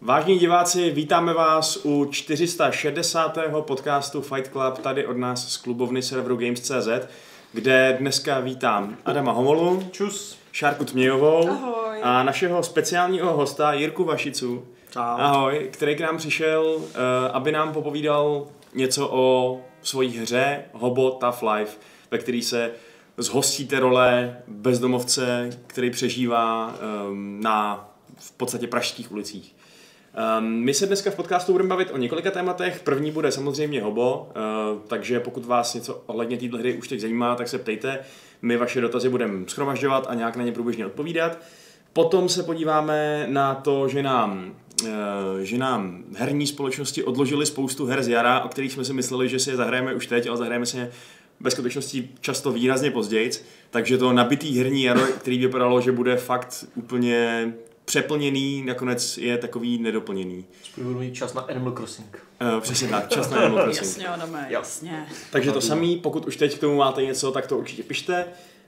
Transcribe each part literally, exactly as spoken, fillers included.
Vážení diváci, vítáme vás u čtyři sta šedesátého podcastu Fight Club tady od nás z klubovny serveru Games tečka cé zet, kde dneska vítám Adama Homolu, čus, Šárku Tmějovou Ahoj. A našeho speciálního hosta Jirku Vašicu. Čau. Ahoj, který k nám přišel, aby nám popovídal něco o svojí hře Hobo Tough Life, ve který se zhostíte role bezdomovce, který přežívá um, na v podstatě pražských ulicích. Um, my se dneska v podcastu budeme bavit o několika tématech. První bude samozřejmě Hobo, uh, takže pokud vás něco ohledně této hry už teď zajímá, tak se ptejte. My vaše dotazy budeme shromažďovat a nějak na ně průběžně odpovídat. Potom se podíváme na to, že nám, uh, že nám herní společnosti odložily spoustu her z jara, o kterých jsme si mysleli, že si je zahrajeme už teď, ale zahrajeme si je ve skutečnosti často výrazně později. Takže to nabitý herní jaro, který vypadalo, že bude fakt úplně přeplněný, nakonec je takový nedoplněný. Budu mít čas na Animal Crossing. Uh, přesně tak, čas na Animal Crossing. Jasně, Adame, jasně. Takže to samý, pokud už teď k tomu máte něco, tak to určitě pište.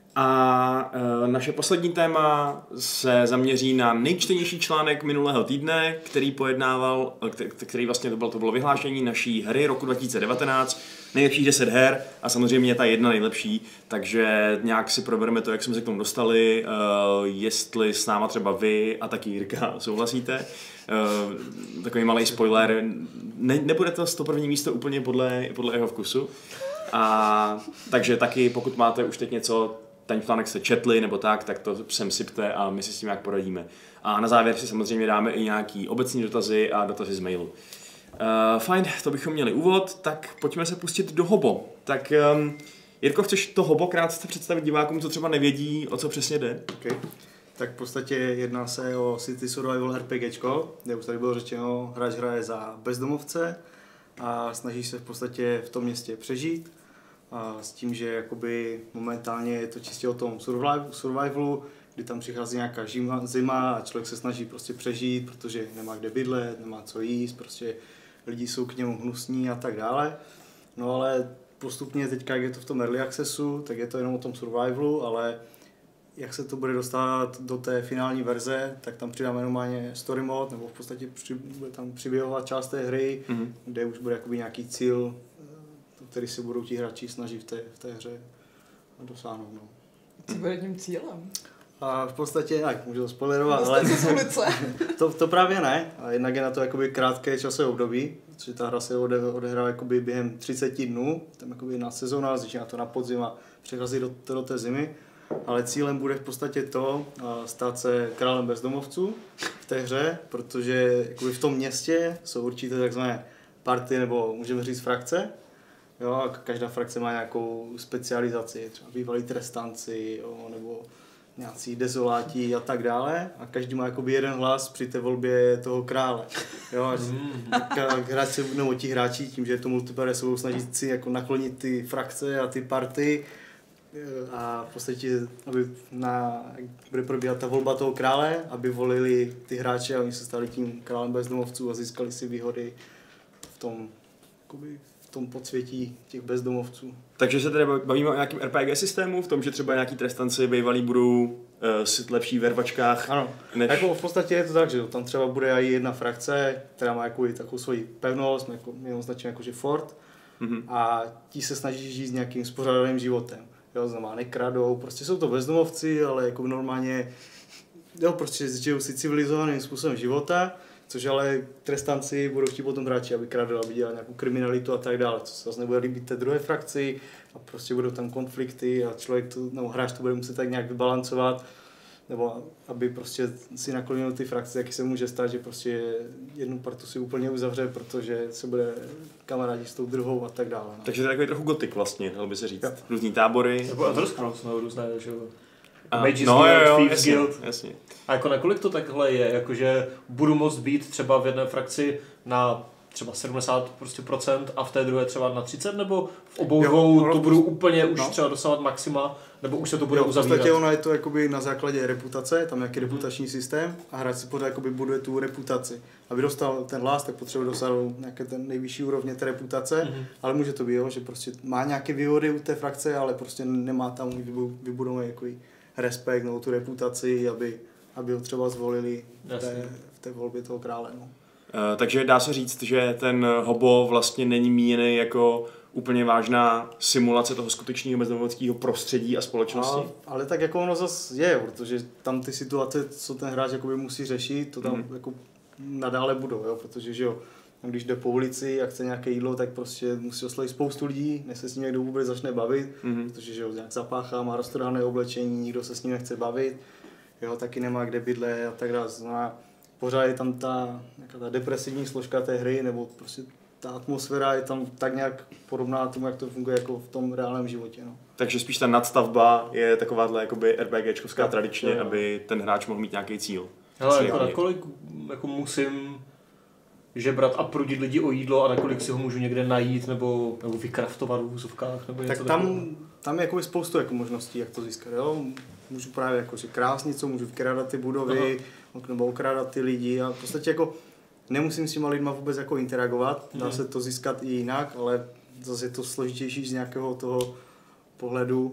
A uh, naše poslední téma se zaměří na nejčtenější článek minulého týdne, který pojednával, který vlastně to bylo, to bylo vyhlášení naší hry roku dva tisíce devatenáct, nejlepších deset her a samozřejmě ta jedna nejlepší, takže nějak si probereme to, jak jsme se k tomu dostali, uh, jestli s náma třeba vy a taky Jirka souhlasíte. Uh, takový malý spoiler, ne, nebude to to první místo úplně podle, podle jeho vkusu. A takže taky, pokud máte už teď něco, ten článek jste četli nebo tak, tak to sem sypte a my si s tím jak poradíme. A na závěr si samozřejmě dáme i nějaký obecní dotazy a dotazy z mailu. Uh, fajn, to bychom měli úvod, tak pojďme se pustit do Hobo. Tak um, Jirko, chceš to Hobo krátce představit divákům, co třeba nevědí, o co přesně jde? Okay. Tak v podstatě jedná se o City Survival RPGčko, kde už tady bylo řečeno, hráč hraje za bezdomovce a snaží se v podstatě v tom městě přežít. A s tím, že jakoby momentálně je to čistě o tom survivalu, kdy tam přichází nějaká zima, zima a člověk se snaží prostě přežít, protože nemá kde bydlet, nemá co jíst, prostě lidi jsou k němu hnusní a tak dále. No ale postupně teďka, jak je to v tom early accessu, tak je to jenom o tom survivalu, ale jak se to bude dostat do té finální verze, tak tam přidáme normálně story mode, nebo v podstatě při, bude tam přiběhovat část té hry, mm-hmm. kde už bude jakoby nějaký cíl, který se budou ti hráči snažit v té, v té hře dosáhnout. No. Co bude tím cílem? A v podstatě, tak můžu to spoilerovat, ale to, to právě ne. A jednak je na to jakoby krátké časové období, protože ta hra se ode, odehrává jakoby během třicet dnů, tam jakoby na sezóna, začíná to na podzim a přechází do, do té zimy. Ale cílem bude v podstatě to, stát se králem bezdomovců v té hře, protože jakoby v tom městě jsou určité takzvané party, nebo můžeme říct frakce. Jo, a každá frakce má nějakou specializaci, třeba bývalí trestanci, jo, nebo nějací dezoláti a tak dále. A každý má jakoby jeden hlas při té volbě toho krále. Jo, hráči, nebo ti hráči, tím, že je to multiplayer, se budou snažit si jako naklonit ty frakce a ty party a v podstatě, aby na, bude probíhat ta volba toho krále, aby volili ty hráče a oni se stali tím králem bezdomovců a získali si výhody v tom, jakoby, v tom podsvětí těch bezdomovců. Takže se tedy bavíme o nějakém er pé gé systému, v tom, že třeba nějaký trestanci bývalí budou uh, lepší ve rvačkách. Ano, než... jako v podstatě je to tak, že tam třeba bude i jedna frakce, která má jako takovou svoji pevnost, jako, my označíme jako že fort, mm-hmm. a ti se snaží žít s nějakým spořádaným životem. Jo, znamená, nekradou, prostě jsou to bezdomovci, ale jako normálně, jo, prostě žijou si civilizovaným způsobem života, což ale trestanci budou chtít potom hráči, aby kradl, aby dělali nějakou kriminalitu a tak dále, co se zase nebude líbit té druhé frakci a prostě budou tam konflikty a člověk, to, nebo hráč to bude muset tak nějak vybalancovat, nebo aby prostě si naklonil ty frakce, jaký se může stát, že prostě jednu partu si úplně uzavře, protože se bude kamarádi s tou druhou a tak dále. No. Takže to je takový trochu gotik vlastně, dalo by se říct. Jo. Různý tábory. Nebo Elder Scrolls, nebo různé, že jo. Mages no, Guild, jo, Thieves jasně, Guild. Jasně. A jako nakolik to takhle je, jakože budu moct být třeba v jedné frakci na třeba sedmdesát procent a v té druhé třeba na třicet, nebo v obou jo, dvou to budou úplně už no. třeba dosávat maxima, nebo už se to bude uzavírat? V podstatě ono je to jakoby na základě reputace, tam nějaký hmm. reputační systém a hráč si pořád jakoby buduje tu reputaci. Aby dostal ten hlas, tak potřebuje dosáhnout nějaké ten nejvyšší úrovně té reputace, hmm. ale může to být, jo, že prostě má nějaké výhody u té frakce, ale prostě nemá tam vybudovaný jako respekt nebo tu reputaci, aby, aby ho třeba zvolili v té, v té volbě toho krále. No. takže dá se říct, že ten hobo vlastně není míněný jako úplně vážná simulace toho skutečného bezdomovského prostředí a společnosti. A, ale tak jako ono zase je, protože tam ty situace, co ten hráč jakoby musí řešit, to tam mm. jako nadále budou, jo? Protože že jo, když jde po ulici a chce nějaké jídlo, tak prostě musí oslovit spoustu lidí, než se s ním někdo vůbec začne bavit, mm. protože že jo, nějak zapáchá, má roztrhané oblečení, nikdo se s ním nechce bavit, jo, taky nemá kde bydlet a tak dále. Znamená, pořád je tam ta, ta depresivní složka té hry, nebo prostě ta atmosféra je tam tak nějak podobná tomu, jak to funguje jako v tom reálném životě. No. Takže spíš ta nadstavba je takováhle jakoby RPGčkovská tak, tradičně, jo. aby ten hráč mohl mít nějaký cíl. Hele, jako nakolik jako musím žebrat a prudit lidi o jídlo a nakolik si ho můžu někde najít nebo, nebo vykraftovat v úzovkách nebo něco tak tam, takového? tam je jako spoustu jako možností, jak to získat. Jo? Můžu právě jako, že krásnico, můžu vykrádat ty budovy, Aha. nebo okrádat ty lidi a v podstatě jako nemusím s těma lidma vůbec jako interagovat, dá hmm. se to získat i jinak, ale zase je to složitější z nějakého toho pohledu.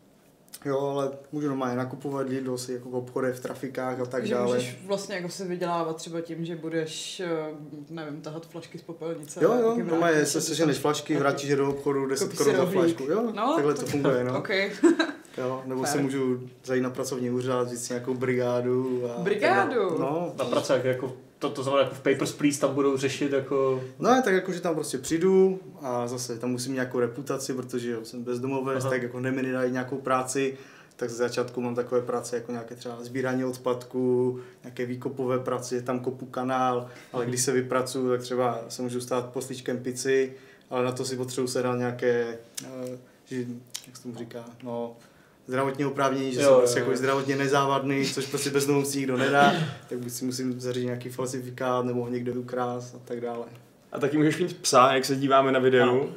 Jo, ale můžu normálně nakupovat jídlo si jako v obchodech, v trafikách a tak že dále. Můžeš vlastně jako se vydělávat třeba tím, že budeš, nevím, tahat flašky z popelnice. Jo, jo, normálně se seženeš flašky, vrátíš je do obchodu, deset korun za flašku. Jo, no, takhle to, to funguje, no. Okay. Jo, nebo Fair. se můžu zajít na pracovní úřad, říct si nějakou brigádu. A brigádu? No. Na práce jako to, to znamená jako v Papers, Please tam budou řešit jako... No tak jako, že tam prostě přijdu a zase tam musím nějakou reputaci, protože jo, jsem bezdomovec, tak jako neměli dají nějakou práci, tak z začátku mám takové práce jako nějaké třeba sbírání odpadků, nějaké výkopové práce, tam kopu kanál, ale když se vypracuju, tak třeba se můžu stát poslíčkem pici, ale na to si potřebuji se dát nějaké, že, jak se tomu říká, no, zdravotní oprávnění, že jo, jsem prostě jo, jako zdravotně nezávadný, což prostě bezdomovci nikdo nedá, tak si musím zařídit nějaký falsifikát nebo ho někde ukrást a tak dále. A taky můžeš mít psa, jak se díváme na videu. Uh,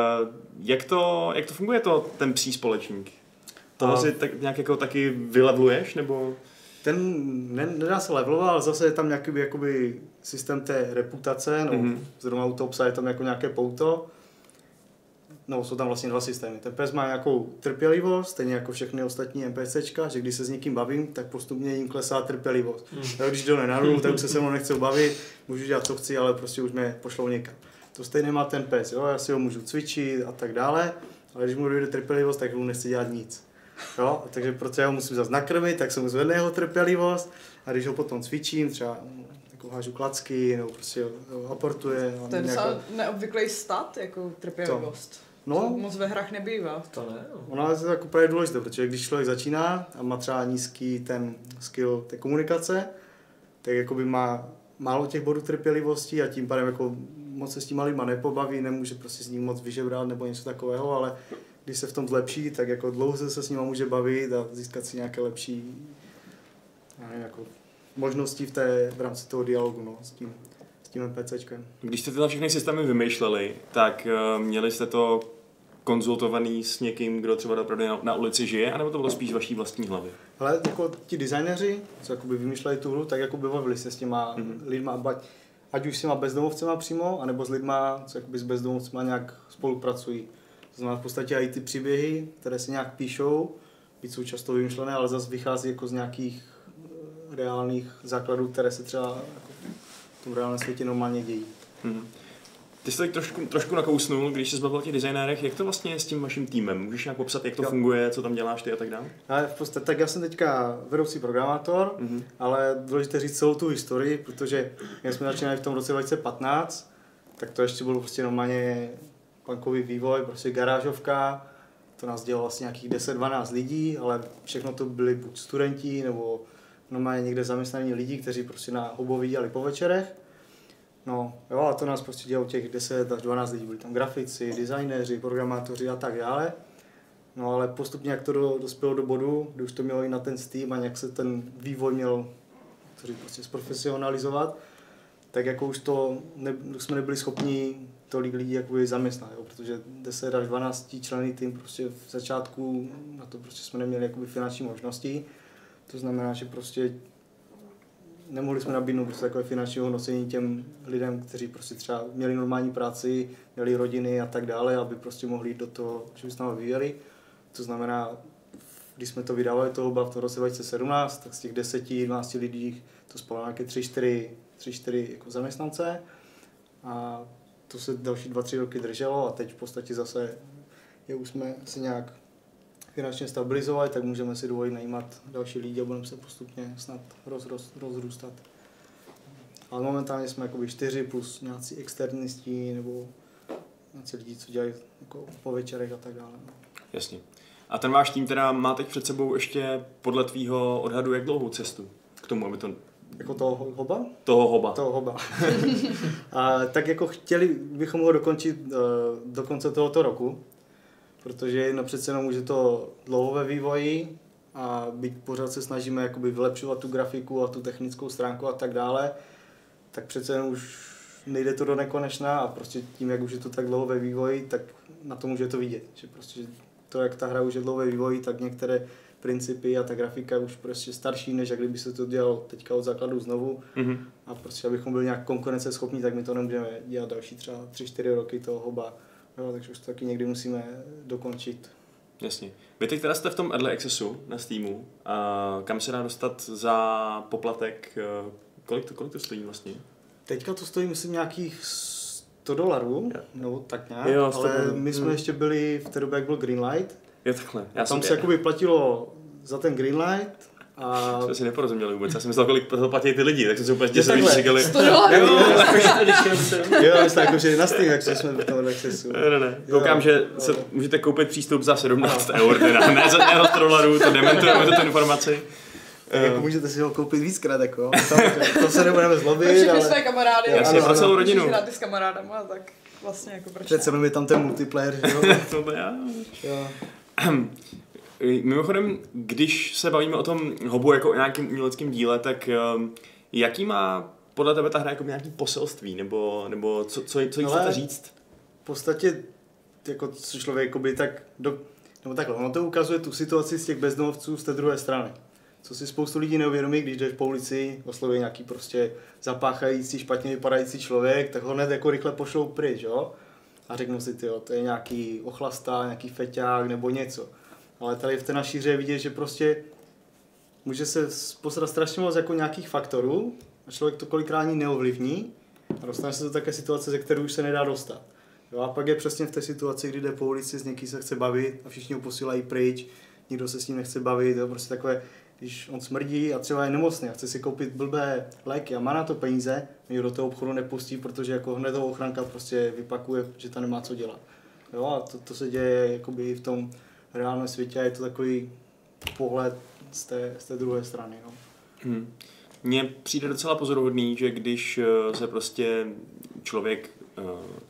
jak, to, jak to funguje to, ten psí společník? Toho si tak nějak jako taky vylevluješ, nebo? Ten ne, nedá se levelovat, ale zase je tam nějaký jakoby systém té reputace, no, mm-hmm. zrovna u toho psa je tam jako nějaké pouto. No, jsou tam vlastně dva systémy. Ten pes má nějakou trpělivost, stejně jako všechny ostatní NPCčka, že když se s někým bavím, tak postupně jim klesá trpělivost. Mm. Tak když jdu nenadu, tak už se se mnou nechce bavit, můžu dělat co chci, ale prostě už mě pošlou někam. To stejně má ten pes, jo, já si ho můžu cvičit a tak dále, ale když mu dojde trpělivost, tak mu nechce dělat nic. Jo, takže protože já ho musím zase nakrmit, tak se mu zvedne jeho trpělivost a když ho potom cvičím, třeba jako hážu klacky, nebo prostě ho aportuje. To je docela nějaká... neobvyklý stat, jako trpělivost. To. No, moc ve hrách nebývá. To ne. Ona je jako právě důležité, protože když člověk začíná a má třeba nízký ten skill té komunikace, tak jakoby má málo těch bodů trpělivosti a tím pádem jako moc se s těma lidma nepobaví, nemůže prostě s ním moc vyžebrat nebo něco takového, ale když se v tom zlepší, tak jako dlouze se s nima může bavit a získat si nějaké lepší nevím, jako možnosti v, té, v rámci toho dialogu no, s tím, s tím NPCčkem. Když jste tyhle všechny systémy vymýšleli, tak uh, měli jste to konzultovaný s někým, kdo třeba opravdu na, na ulici žije, anebo to bylo spíš vaší vlastní hlavy? Ale jako ti designéři, co jakoby vymýšleli tu hru, tak jakoby bavili se s těma mm-hmm. lidma, ať, ať už s těma bezdomovcema přímo, anebo s lidma, co jakoby s bezdomovcema nějak spolupracují. To znamená v podstatě i ty příběhy, které se nějak píšou, byť jsou často vymyšlené, ale zase vychází jako z nějakých reálných základů, které se třeba jako v tom reálném světě normálně dějí. Mm-hmm. Ty jsi to trošku, trošku nakousnul, když jsi zbavil o těch designérech, jak to vlastně je s tím vaším týmem? Můžeš nějak popsat, jak to jo. funguje, co tam děláš ty a tak dále? Ale v podstatě, tak já jsem teďka vedoucí programátor, mm-hmm. ale důležité říct celou tu historii, protože když jsme začínali v tom roce dva tisíce patnáct, tak to ještě bylo prostě normálně punkový vývoj, prostě garážovka, to nás dělalo vlastně nějakých deset dvanáct lidí, ale všechno to byli buď studenti, nebo normálně někde zaměstnaní lidi, kteří prostě na hobový dělali po večerech. No jo, a to nás prostě dělalo těch deset až dvanáct lidí, byli tam grafici, designéři, programátoři a tak dále. No ale postupně, jak to do, dospělo do bodu, kdy už to mělo i na ten Steam a nějak se ten vývoj měl prostě zprofesionalizovat, tak jako už to ne, už jsme nebyli schopni tolik lidí jakoby zaměstnat, jo, protože deset až dvanáct členný tým prostě v začátku na to prostě jsme neměli jakoby finanční možnosti. To znamená, že prostě nemohli jsme nabídnout prostě takové finanční hodnocení těm lidem, kteří prostě třeba měli normální práci, měli rodiny a tak dále, aby prostě mohli jít do toho, že by s námi vyjeli. To znamená, když jsme to vydávali toho Hoba v tom roce dva tisíce sedmnáct, tak z těch deseti jedenáct lidí to spalo nějaké tři čtyři jako zaměstnance a to se další dva tři roky drželo a teď v podstatě zase je už jsme si nějak finančně stabilizovali, tak můžeme si dovolit najímat další lidi a budeme se postupně snad roz, roz, rozrůstat. Ale momentálně jsme jakoby čtyři plus nějací externisti nebo nějací lidi, co dělají jako po večerech a tak dále. Jasně. A ten váš tým teda má teď před sebou ještě podle tvýho odhadu jak dlouhou cestu k tomu, aby to... Jako toho Hoba? Toho Hoba. Toho Hoba. A tak jako chtěli bychom ho dokončit uh, do konce tohoto roku, protože no přece jenom už je to dlouho ve vývoji a byť pořád se snažíme jakoby vylepšovat tu grafiku a tu technickou stránku a tak dále, tak přece jenom už nejde to do nekonečna a prostě tím, jak už je to tak dlouho ve vývoji, tak na tom už je to vidět, že prostě to, jak ta hra už je dlouho ve vývoji, tak některé principy a ta grafika už prostě starší, než jak kdyby se to dělalo teďka od základu znovu. Mm-hmm. A prostě abychom byli nějak konkurenceschopní, tak my to nemůžeme dělat další třeba tři čtyři roky toho Hoba. Jo, takže už to taky někdy musíme dokončit. Jasně. Vy teď teda jste v tom Early Accessu na Steamu. A kam se dá dostat za poplatek? Kolik to, kolik to stojí vlastně? Teďka to stojí myslím nějakých sto dolarů, nebo tak nějak, jo, ale my jsme hmm. ještě byli v té době, jak byl Greenlight. Jo, takhle. Já tam se jakoby platilo za ten Greenlight. A... Jsme si neporozuměli vůbec, já jsem myslel, kolik platí ty lidi, tak jsem si úplně těsně říkali. sto dolarů! Jo, myslím, jako, že na Steam, jak jsme v tom Accessu. Ne, ne, ne. Koukám, jo, že se jo. můžete koupit přístup za sedmnáct eur, teda ne za ne sto dolarů, to dementujeme tuto informaci. Tak jako můžete si ho koupit víckrát, jako. To se nebudeme zlobit, pro ale... své kamarády, jasně, pro celou rodinu. Můžeš hrát s kamarádama, tak vlastně jako proč přece je tam ten multiplayer, že jo? To to já. Jo. Mimochodem, když se bavíme o tom Hobu jako o nějakém uměleckém díle, tak um, jaký má podle tebe ta hra jako nějaký poselství, nebo, nebo co, co, co jí chcete říct? V podstatě, jako co člověk by tak, do, nebo takhle, ono to ukazuje tu situaci z těch bezdomovců z té druhé strany. Co si spoustu lidí neuvědomí, když jdeš po ulici, osloví nějaký prostě zapáchající, špatně vypadající člověk, tak ho hned jako rychle pošlou pryč, jo? A řeknou si, tyjo, to je nějaký ochlasta, nějaký feťák nebo něco. Ale tady v té naší hře je vidět, že prostě může se postarat strašně moc jako nějakých faktorů a člověk to kolikrát ani neovlivní a dostane se do také situace, ze které už se nedá dostat. Jo, a pak je přesně v té situaci, kdy jde po ulici, s někým se chce bavit a všichni ho posílají pryč, nikdo se s ním nechce bavit, jo, prostě takové, když on smrdí a třeba je nemocný a chce si koupit blbé léky a má na to peníze, mě do toho obchodu nepustí, protože jako hned toho ochranka prostě vypakuje, že ta nemá co dělat. Jo, a to, to se děje jakoby v tom reálném světě a je to takový pohled z té, z té druhé strany. No. Hmm. Mně přijde docela pozoruhodný, že když se prostě člověk uh,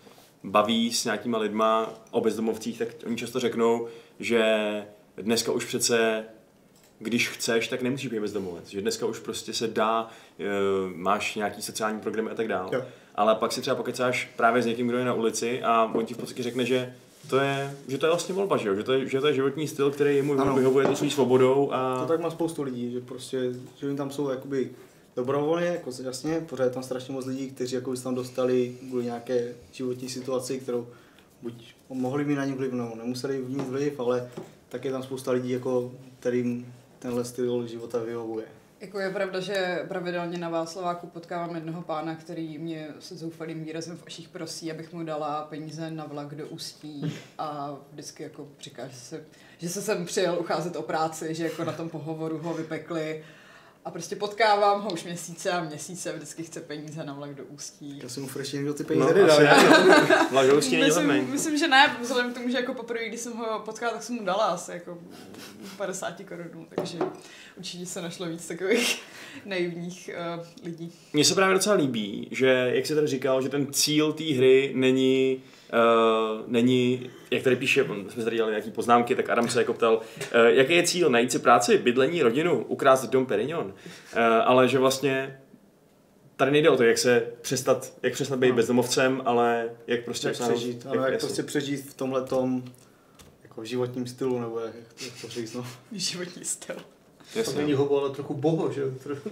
baví s nějakýma lidma o bezdomovcích, tak oni často řeknou, že dneska už přece, když chceš, tak nemusíš být bezdomovec. Že dneska už prostě se dá, uh, máš nějaký sociální programy a tak dále. Jo. Ale pak si třeba pokecáš právě s někým, kdo je na ulici a on ti v podstatě řekne, že to je, že to je vlastně volba, že, že, to, je, že to je životní styl, který mu vyhovuje to svou svobodou. A... To tak má spoustu lidí, že prostě, že oni tam jsou jakoby dobrovolně, jako jasně, pořád je tam strašně moc lidí, kteří jako se tam dostali kvůli nějaké životní situaci, kterou buď mohli mít na ní vliv, no, nemuseli mít vliv, ale tak je tam spousta lidí, jako, kterým tenhle styl života vyhovuje. Jako je pravda, že pravidelně na Václaváku potkávám jednoho pána, který mě se zoufalým výrazem v očích prosí, abych mu dala peníze na vlak do Ústí a vždycky jako říká, že se, že se sem přijel ucházet o práci, že jako na tom pohovoru ho vypekli a prostě potkávám ho už měsíce a měsíce, vždycky chce peníze na vlak do Ústí. Já jsem mu fresh někdo ty peníze nedal. Vlak do Ústí není levný. Myslím, že ne, vzhledem k tomu, že jako poprvé, když jsem ho potkala, tak jsem mu dala asi jako padesát korun, takže určitě se našlo víc takových naivních uh, lidí. Mně se právě docela líbí, že, jak jsi tady říkal, že ten cíl té hry není, uh, není, jak tady píše, jsme tady dělali nějaký poznámky, tak Adam se jako ptal, uh, jaký je cíl, najít si práci, bydlení, rodinu, ukrást dom Perignon, uh, ale že vlastně tady nejde o to, jak se přestat, jak přestat být no. bezdomovcem, ale jak prostě jak přežít, ale jak, jak prostě přežít v tomhletom jako v životním stylu, nebo jak, jak to říct, no. Životní styl. To není Hobo, ale trochu boho, že?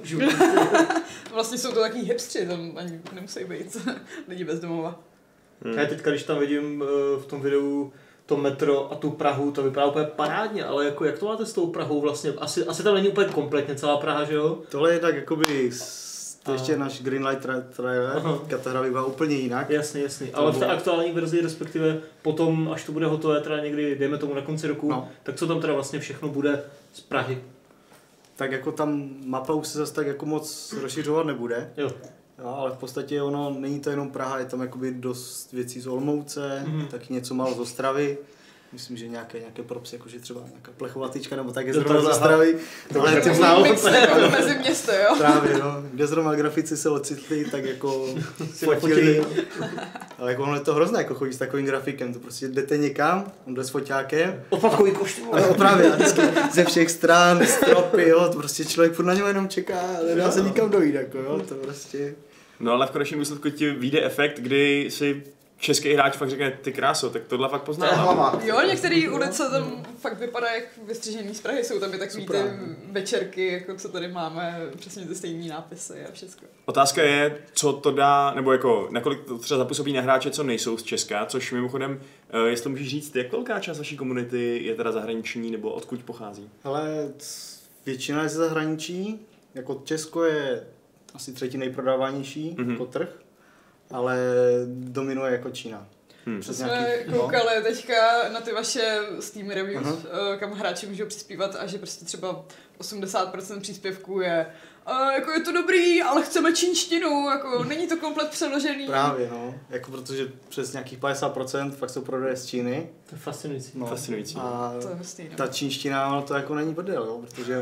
Vlastně jsou to takový hipstři, tam ani nemusí být lidi bez domova. Hmm. Já teďka, když tam vidím v tom videu to metro a tu Prahu, to vypadá úplně parádně, ale jako jak to máte s tou Prahou vlastně? Asi, asi tam není úplně kompletně celá Praha, že jo? Tohle je tak jakoby, to ještě náš Greenlight trailer, ta hra vypadá úplně jinak. Jasně, jasně, ale v té aktuální verzi, respektive potom, až to bude hotové, teda někdy, dejme tomu na konci roku, no. Tak co tam teda vlastně všechno bude z Prahy? Tak jako tam mapa už se zase tak jako moc rozšiřovat nebude. Jo. Jo, ale v podstatě ono, není to jenom Praha, je tam jakoby dost věcí z Olomouce, mm-hmm. taky něco málo z Ostravy. Myslím, že nějaké, nějaké props, jakože třeba nějaká plechová tyčka nebo tak je zrovna z Ostravy. Tohle ty znal mezi město, jo? Právě, no. Kde zrovna grafici se ocitli, tak jako fotili. Ale jako ono je to hrozné, jako chodí s takovým grafikem, to prostě jdete někam, on jde s foťákem. Opakový koštu. Ale právě, a vždycky ze všech stran, stropy, jo, to prostě člověk furt na něm jenom čeká, ale nedá se nikam dojít, jako jo, to prostě. No ale v konečném výsledku ti vyjde efekt, kdy si český hráč fakt řekne, ty kráso, tak tohle fakt poznávám. Jo, některé ulice tam fakt vypadá jak vystřižený z Prahy, jsou tam i takový ty večerky, jako co tady máme, přesně ty stejný nápisy a všechno. Otázka je, co to dá, nebo jako nakolik to třeba zapůsobí na hráče, co nejsou z Česka, což mimochodem, jestli můžeš říct, jak velká část vaší komunity je teda zahraniční, nebo odkud pochází? Hele, většina je ze zahraničí, jako Česko je asi třetí nejprodávanější mm-hmm. jako trh, ale dominuje jako Čína. Hmm. Jsme nějaký, koukali no. teďka na ty vaše Steam reviews, uh-huh. kam hráči můžou přispívat a že prostě třeba osmdesát procent příspěvků je uh, jako je to dobrý, ale chceme čínštinu, jako není to komplet přeložený. Právě, no, jako protože přes nějakých padesát procent fakt se prodaje z Číny. To je fascinující. No. Fascinující. A to je hustý, no. Ta čínština, no, to jako není brdel, jo, protože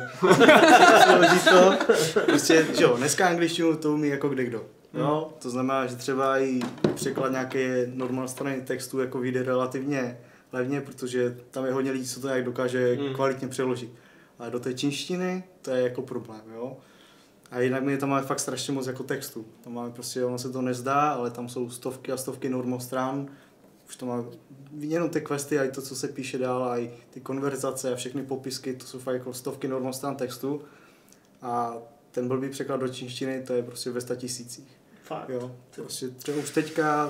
to, prostě, že jo, dneska angličtinu to umí jako kdekdo. Jo, to znamená, že třeba i překlad nějaké normální strany textu jako vyjde relativně levně, protože tam je hodně lidí, co to jak dokáže mm. kvalitně přeložit. Ale do té čínštiny to je jako problém, jo. A jinak my tam máme fakt strašně moc jako textu. Tam máme prostě, ono se to nezdá, ale tam jsou stovky a stovky normostran. Už to má jenom ty questy a i to, co se píše dál, a i ty konverzace a všechny popisky, to jsou fakt jako stovky normostran textu. A ten blbý překlad do čínštiny, to je prostě ve statisících. Fakt. Jo, prostě třeba už teďka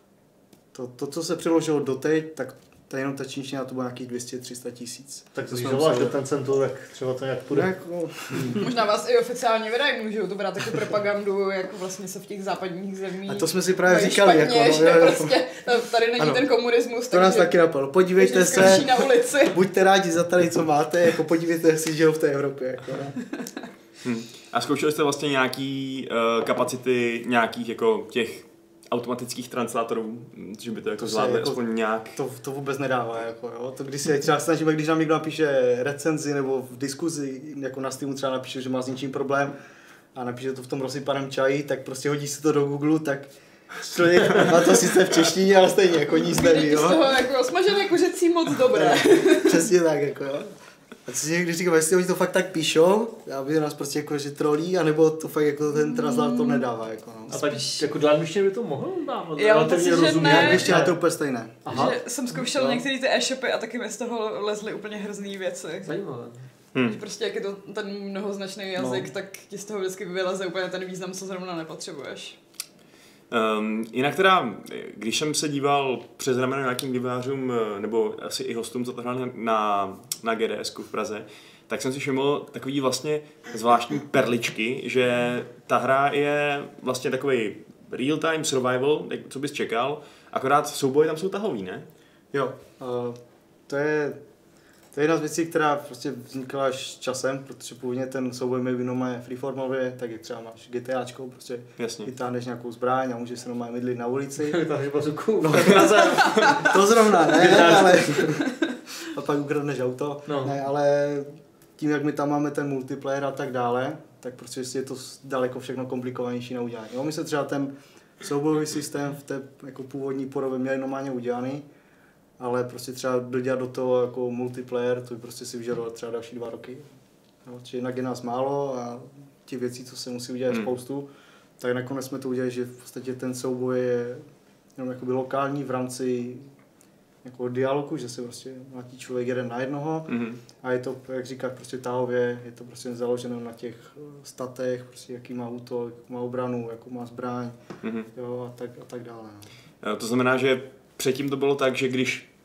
to, to, co se přeložilo doteď, tak ta jenom ta čínština to bylo nějakých dvě stě až tři sta tisíc. Tak to když zavoláš do ten centru, tak třeba to nějak půjde. Jako... Možná vás i oficiálně vydají, můžou to brát jako propagandu, jak vlastně se v těch západních zemích. A to jsme si právě říkali. Špatně, jako, že no, jo, prostě tady není ano, ten komunismus. To nás taky napadlo. Podívejte se, na ulici. Buďte rádi za tady, co máte, jako podívejte, jak si žijou v té Evropě. Jako, no. Hmm. A zkoušeli jste vlastně nějaký uh, kapacity nějakých jako těch automatických translátorů, že by to jako to zvládli jako, aspoň nějak? To, to vůbec nedává, jako jo. To když se třeba snažíme, když nám někdo napíše recenzi nebo v diskuzi, jako na Steamu třeba napíše, že má s něčím problém a napíše to v tom rozsypaném čaji, tak prostě hodí si to do Google, tak člověk má to sice v češtině, ale stejně jako nic neví, jo. Z toho jako smažené kuřecí moc dobré. Přesně tak, jako jo. A co si někdy říkám, jestli oni to fakt tak píšou, aby nás prostě jako, že trolí, anebo to fakt jako ten translátor nedává, jako no. A tak jako do angličtiny by to mohlo dávat, já myslím, že ne. Angličtina je to úplně stejné. Aha. Že jsem zkoušel no. některé ty e-shopy a taky mi z toho lezly úplně hrozný věci. Zajímavé. Hmm. Že prostě jak je to ten mnohoznačný jazyk, no. tak ti z toho vždycky vyleze úplně ten význam, co zrovna nepotřebuješ. Um, jinak teda, když jsem se díval přes rameno nějakým vývojářům, nebo asi i hostům, co to hráli na, na G D S ku v Praze, tak jsem si všiml takový vlastně zvláštní perličky, že ta hra je vlastně takový real-time survival, co bys čekal, akorát souboje tam jsou tahový, ne? Jo, uh, to je To je jedna z věcí, která prostě vznikla až časem, protože původně ten souboj měl jenom freeformově, tak jak třeba máš GTAčko, prostě vytáhneš nějakou zbraň a můžeš se normálně mydlit na ulici. Vytáhneš bazuku. No, to zrovna, ne, ale... A pak ukradneš auto, no. Ne, ale tím, jak my tam máme ten multiplayer a tak dále, tak prostě je to daleko všechno komplikovanější na udělání. Jo, my se třeba ten soubojový systém v té jako původní podobě měli normálně udělaný, ale prostě třeba dodělat do toho jako multiplayer, to by prostě si vyžadovalo třeba další dva roky. No, čiže jinak je nás málo a těch věcí, co se musí udělat hmm. spoustu, tak nakonec jsme to udělali, že v podstatě ten souboj je jenom jakoby lokální v rámci jako dialogu, že se prostě mlátí člověk jeden na jednoho hmm. a je to, jak říkáš, prostě tahově, je to prostě založeno na těch statech, prostě jaký má útok, jak má obranu, jakou má zbraň, hmm. jo, a tak, a tak dále. No. To znamená, že předtím to bylo tak, že když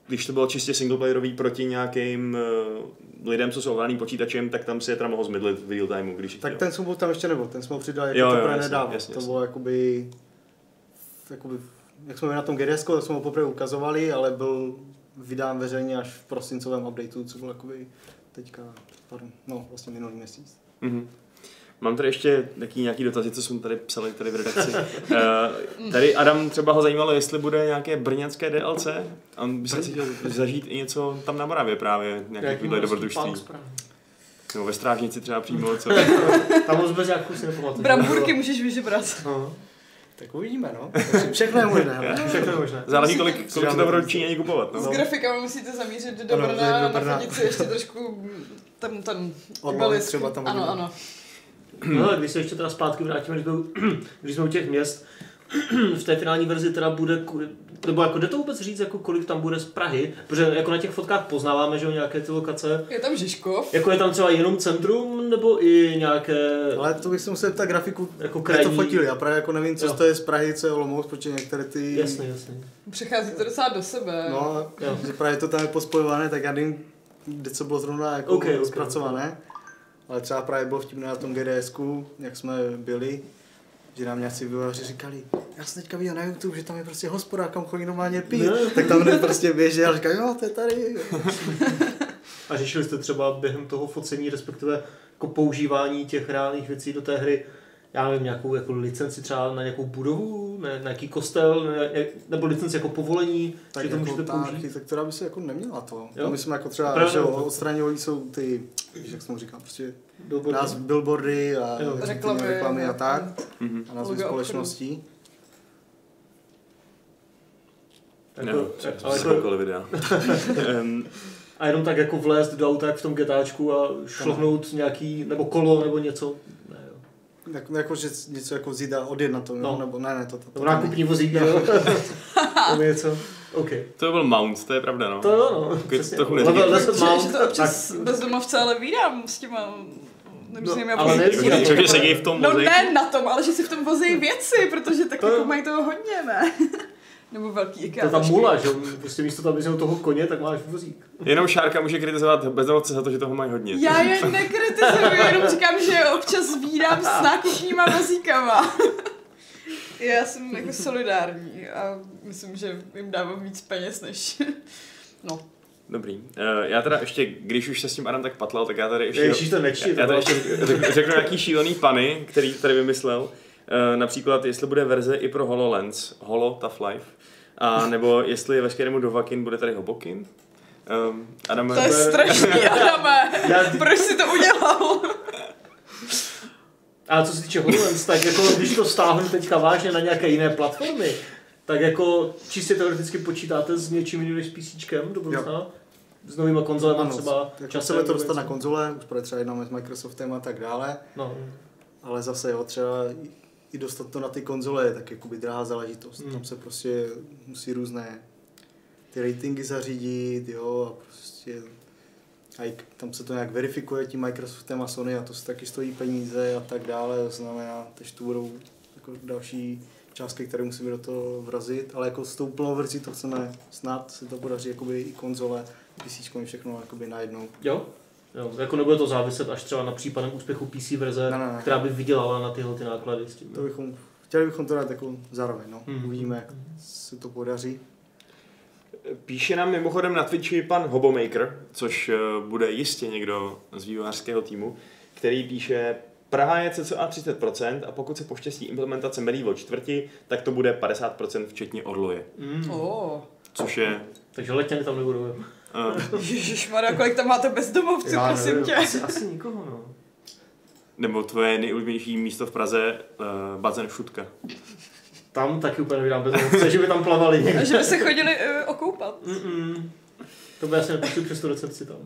když to bylo čistě singleplayerový proti nějakým uh, lidem, co jsou ovládaný počítačem, tak tam si je teda mohl zmydlit v real timeu, když Tak ten souboj tam ještě nebyl, ten jsme ho přidali jo, jako jo, teprve jasně, nedávno. jasně, to jasně. bylo jakoby, jakoby, jak jsme byli na tom G D S, tak jsme ho poprvé ukazovali, ale byl vydán veřejně až v prosincovém updateu, co byl jakoby teďka, pardon, no vlastně minulý měsíc. Mm-hmm. Mám tady ještě taky nějaký dotazy, co jsme tady psali tady v redakci. uh, tady Adam třeba ho zajímalo, jestli bude nějaké brňanské D L C. On by se chtěl zažít i něco tam na Moravě právě, nějaké takovýhle dobrodružství. Nebo ve Strážnici třeba přímo. Co? Tam moc bez nějakou si nepamatuju. Bramburky můžeš vyžebrat. No. Tak uvidíme, no. Všechno je možné, hele. Všechno je možné. Záleží, kolik, kolik se to budou Číňani kupovat. S No. grafikami musíte zamířit do Ano, Brna, do Brna. nafotit si ještě trošku ten, ten Odmah obelisk. třeba tam Ano, uvidíme. ano. No, když se ještě teda zpátky vrátíme, když jsme, když jsme u těch měst, v té finální verzi teda bude, nebo jako jde to vůbec říct, jako kolik tam bude z Prahy, protože jako na těch fotkách poznáváme, že jo, nějaké ty lokace. Je tam Žižkov. Jako je tam třeba jenom centrum, nebo i nějaké... Ale to bych si musel ptat grafiku, Jako jak krajní- to fotili. Já právě jako nevím, co Jo. to je z Prahy, co je Olomouc, protože některé ty... Jasně, jasně. Přechází to docela do sebe. No, Jo. že právě to tam je pospojované, tak já nevím, kde co bylo zrovna jako Okay, okay, zpracované. Ale třeba právě bylo vtipné na tom G D S ku, jak jsme byli, že nám nějací vývojáři říkali, já jsem teďka viděl na YouTube, že tam je prostě hospoda, kam chodí normálně pít. Ne. Tak tam hned prostě běžel a říkal, jo, to je tady. A řešili jste třeba během toho focení, respektive jako používání těch reálných věcí do té hry, já nevím, nějakou jako licenci třeba na nějakou budovu, na, na nějaký kostel, ne, ne, nebo licenci jako povolení, Tak že to jako můžete ta použít? architektura by se jako neměla to. Jo? My jsme jako třeba, Pravda, že jo, to. odstraňovali jsou ty, víš, jak jsem říkal, prostě Billboardy? nás billboardy a Jo. reklamy, Reklamy, reklamy a tak. Mhm. A názvy Logo společností. Jako, Nevím, ale co jako, koukali videa. um, a jenom tak jako vlézt do auta jak v tom getáčku a šlohnout nějaký, nebo kolo, nebo něco. Ne, jo. Jako, jako, že něco jako vzít a odjet na to, No. no. nebo ne, ne, to, to, to Nebo nákupní vozík, jo. Nebo něco. OK. to byl Mount, to je pravda, no. To jo, no. Takový Přesně. trochu Level neříkej. deset Že, Mount, že to občas tak- bezdomovce ale vídám s těma různými ale ne- aplikacemi. Takže sedí v tom No vozíku. ne na tom, ale že si v tom vozí věci, protože tak To jako jo. mají toho hodně, ne? Nebo velký IKEA. To je ta tašky. mula, že jo? Prostě místo toho, aby měl toho koně, tak máš vozík. Jenom Šárka může kritizovat bezdomovce za to, že toho mají hodně. Já je nekritizuju, jenom říkám, že je občas vídám s nákupníma vozíkama. Já jsem jako solidární a myslím, že jim dávám víc peněz než... No. Dobrý. Uh, já teda ještě, když už se s tím Adam tak patlal, tak já tady ještě... Ježíš, to nečti, Já to tady ještě řek- řeknu nějaký šílený pany, který tady vymyslel. Uh, například, jestli bude verze i pro HoloLens, Holo Tough Life, a nebo jestli veškerému Dovakin bude tady Hobokin. Um, Adam, To je strašný, Adame. Já- Proč jsi to udělal? A co se týče HoloLens, tak jako když to stáhnu teďka vážně na nějaké jiné platformy, tak jako čistě teoreticky počítáte s něčím jiným než s PCčkem do budoucna? S novýma konzolema třeba jako časem? chceme to nebo dostat na něco? konzole, už bude třeba jednáme s Microsoftem a tak dále, No. ale zase jo, třeba i- i dostat to na ty konzole je tak jakoby drahá záležitost. Hmm. Tam se prostě musí různé ty ratingy zařídit, jo, a prostě a i tam se to nějak verifikuje tím Microsoftem a Sony a to se taky stojí peníze a tak dále, to znamená, že tu budou jako další částky, které musíme do toho vrazit, ale jako s tou plnou verzí to chceme snad se to podaří jakoby i konzole, PCčko i všechno jakoby najednou. Jo? Jo, jako nebude to záviset až třeba na případném úspěchu P C verze, Ne, ne, ne. která by vydělala na tyhle ty náklady s tím. To bychom, chtěli bychom to dát jako zároveň, no. Mhm. Uvidíme, jak se to podaří. Píše nám mimochodem na Twitchi pan Hobomaker, což uh, bude jistě někdo z vývojářského týmu, který píše: Praha je cca třicet procent a pokud se poštěstí implementace Medieval čtvrti, tak to bude padesát procent včetně Orloje. Mm. Oh. Což je... Takže Letěny tam nebudou. Jo. Uh, Ježišmarja, kolik tam máte bezdomovců, Já prosím nevím, tě. Asi, asi nikoho, no. nebo tvoje nejoblíbenější místo v Praze, uh, bazén Šutka. Tam taky úplně nevydám bez ovce, že by tam plavali někde. A že by se chodili uh, okoupat. Mm-mm. To by asi nepustil přes tu recepci tam.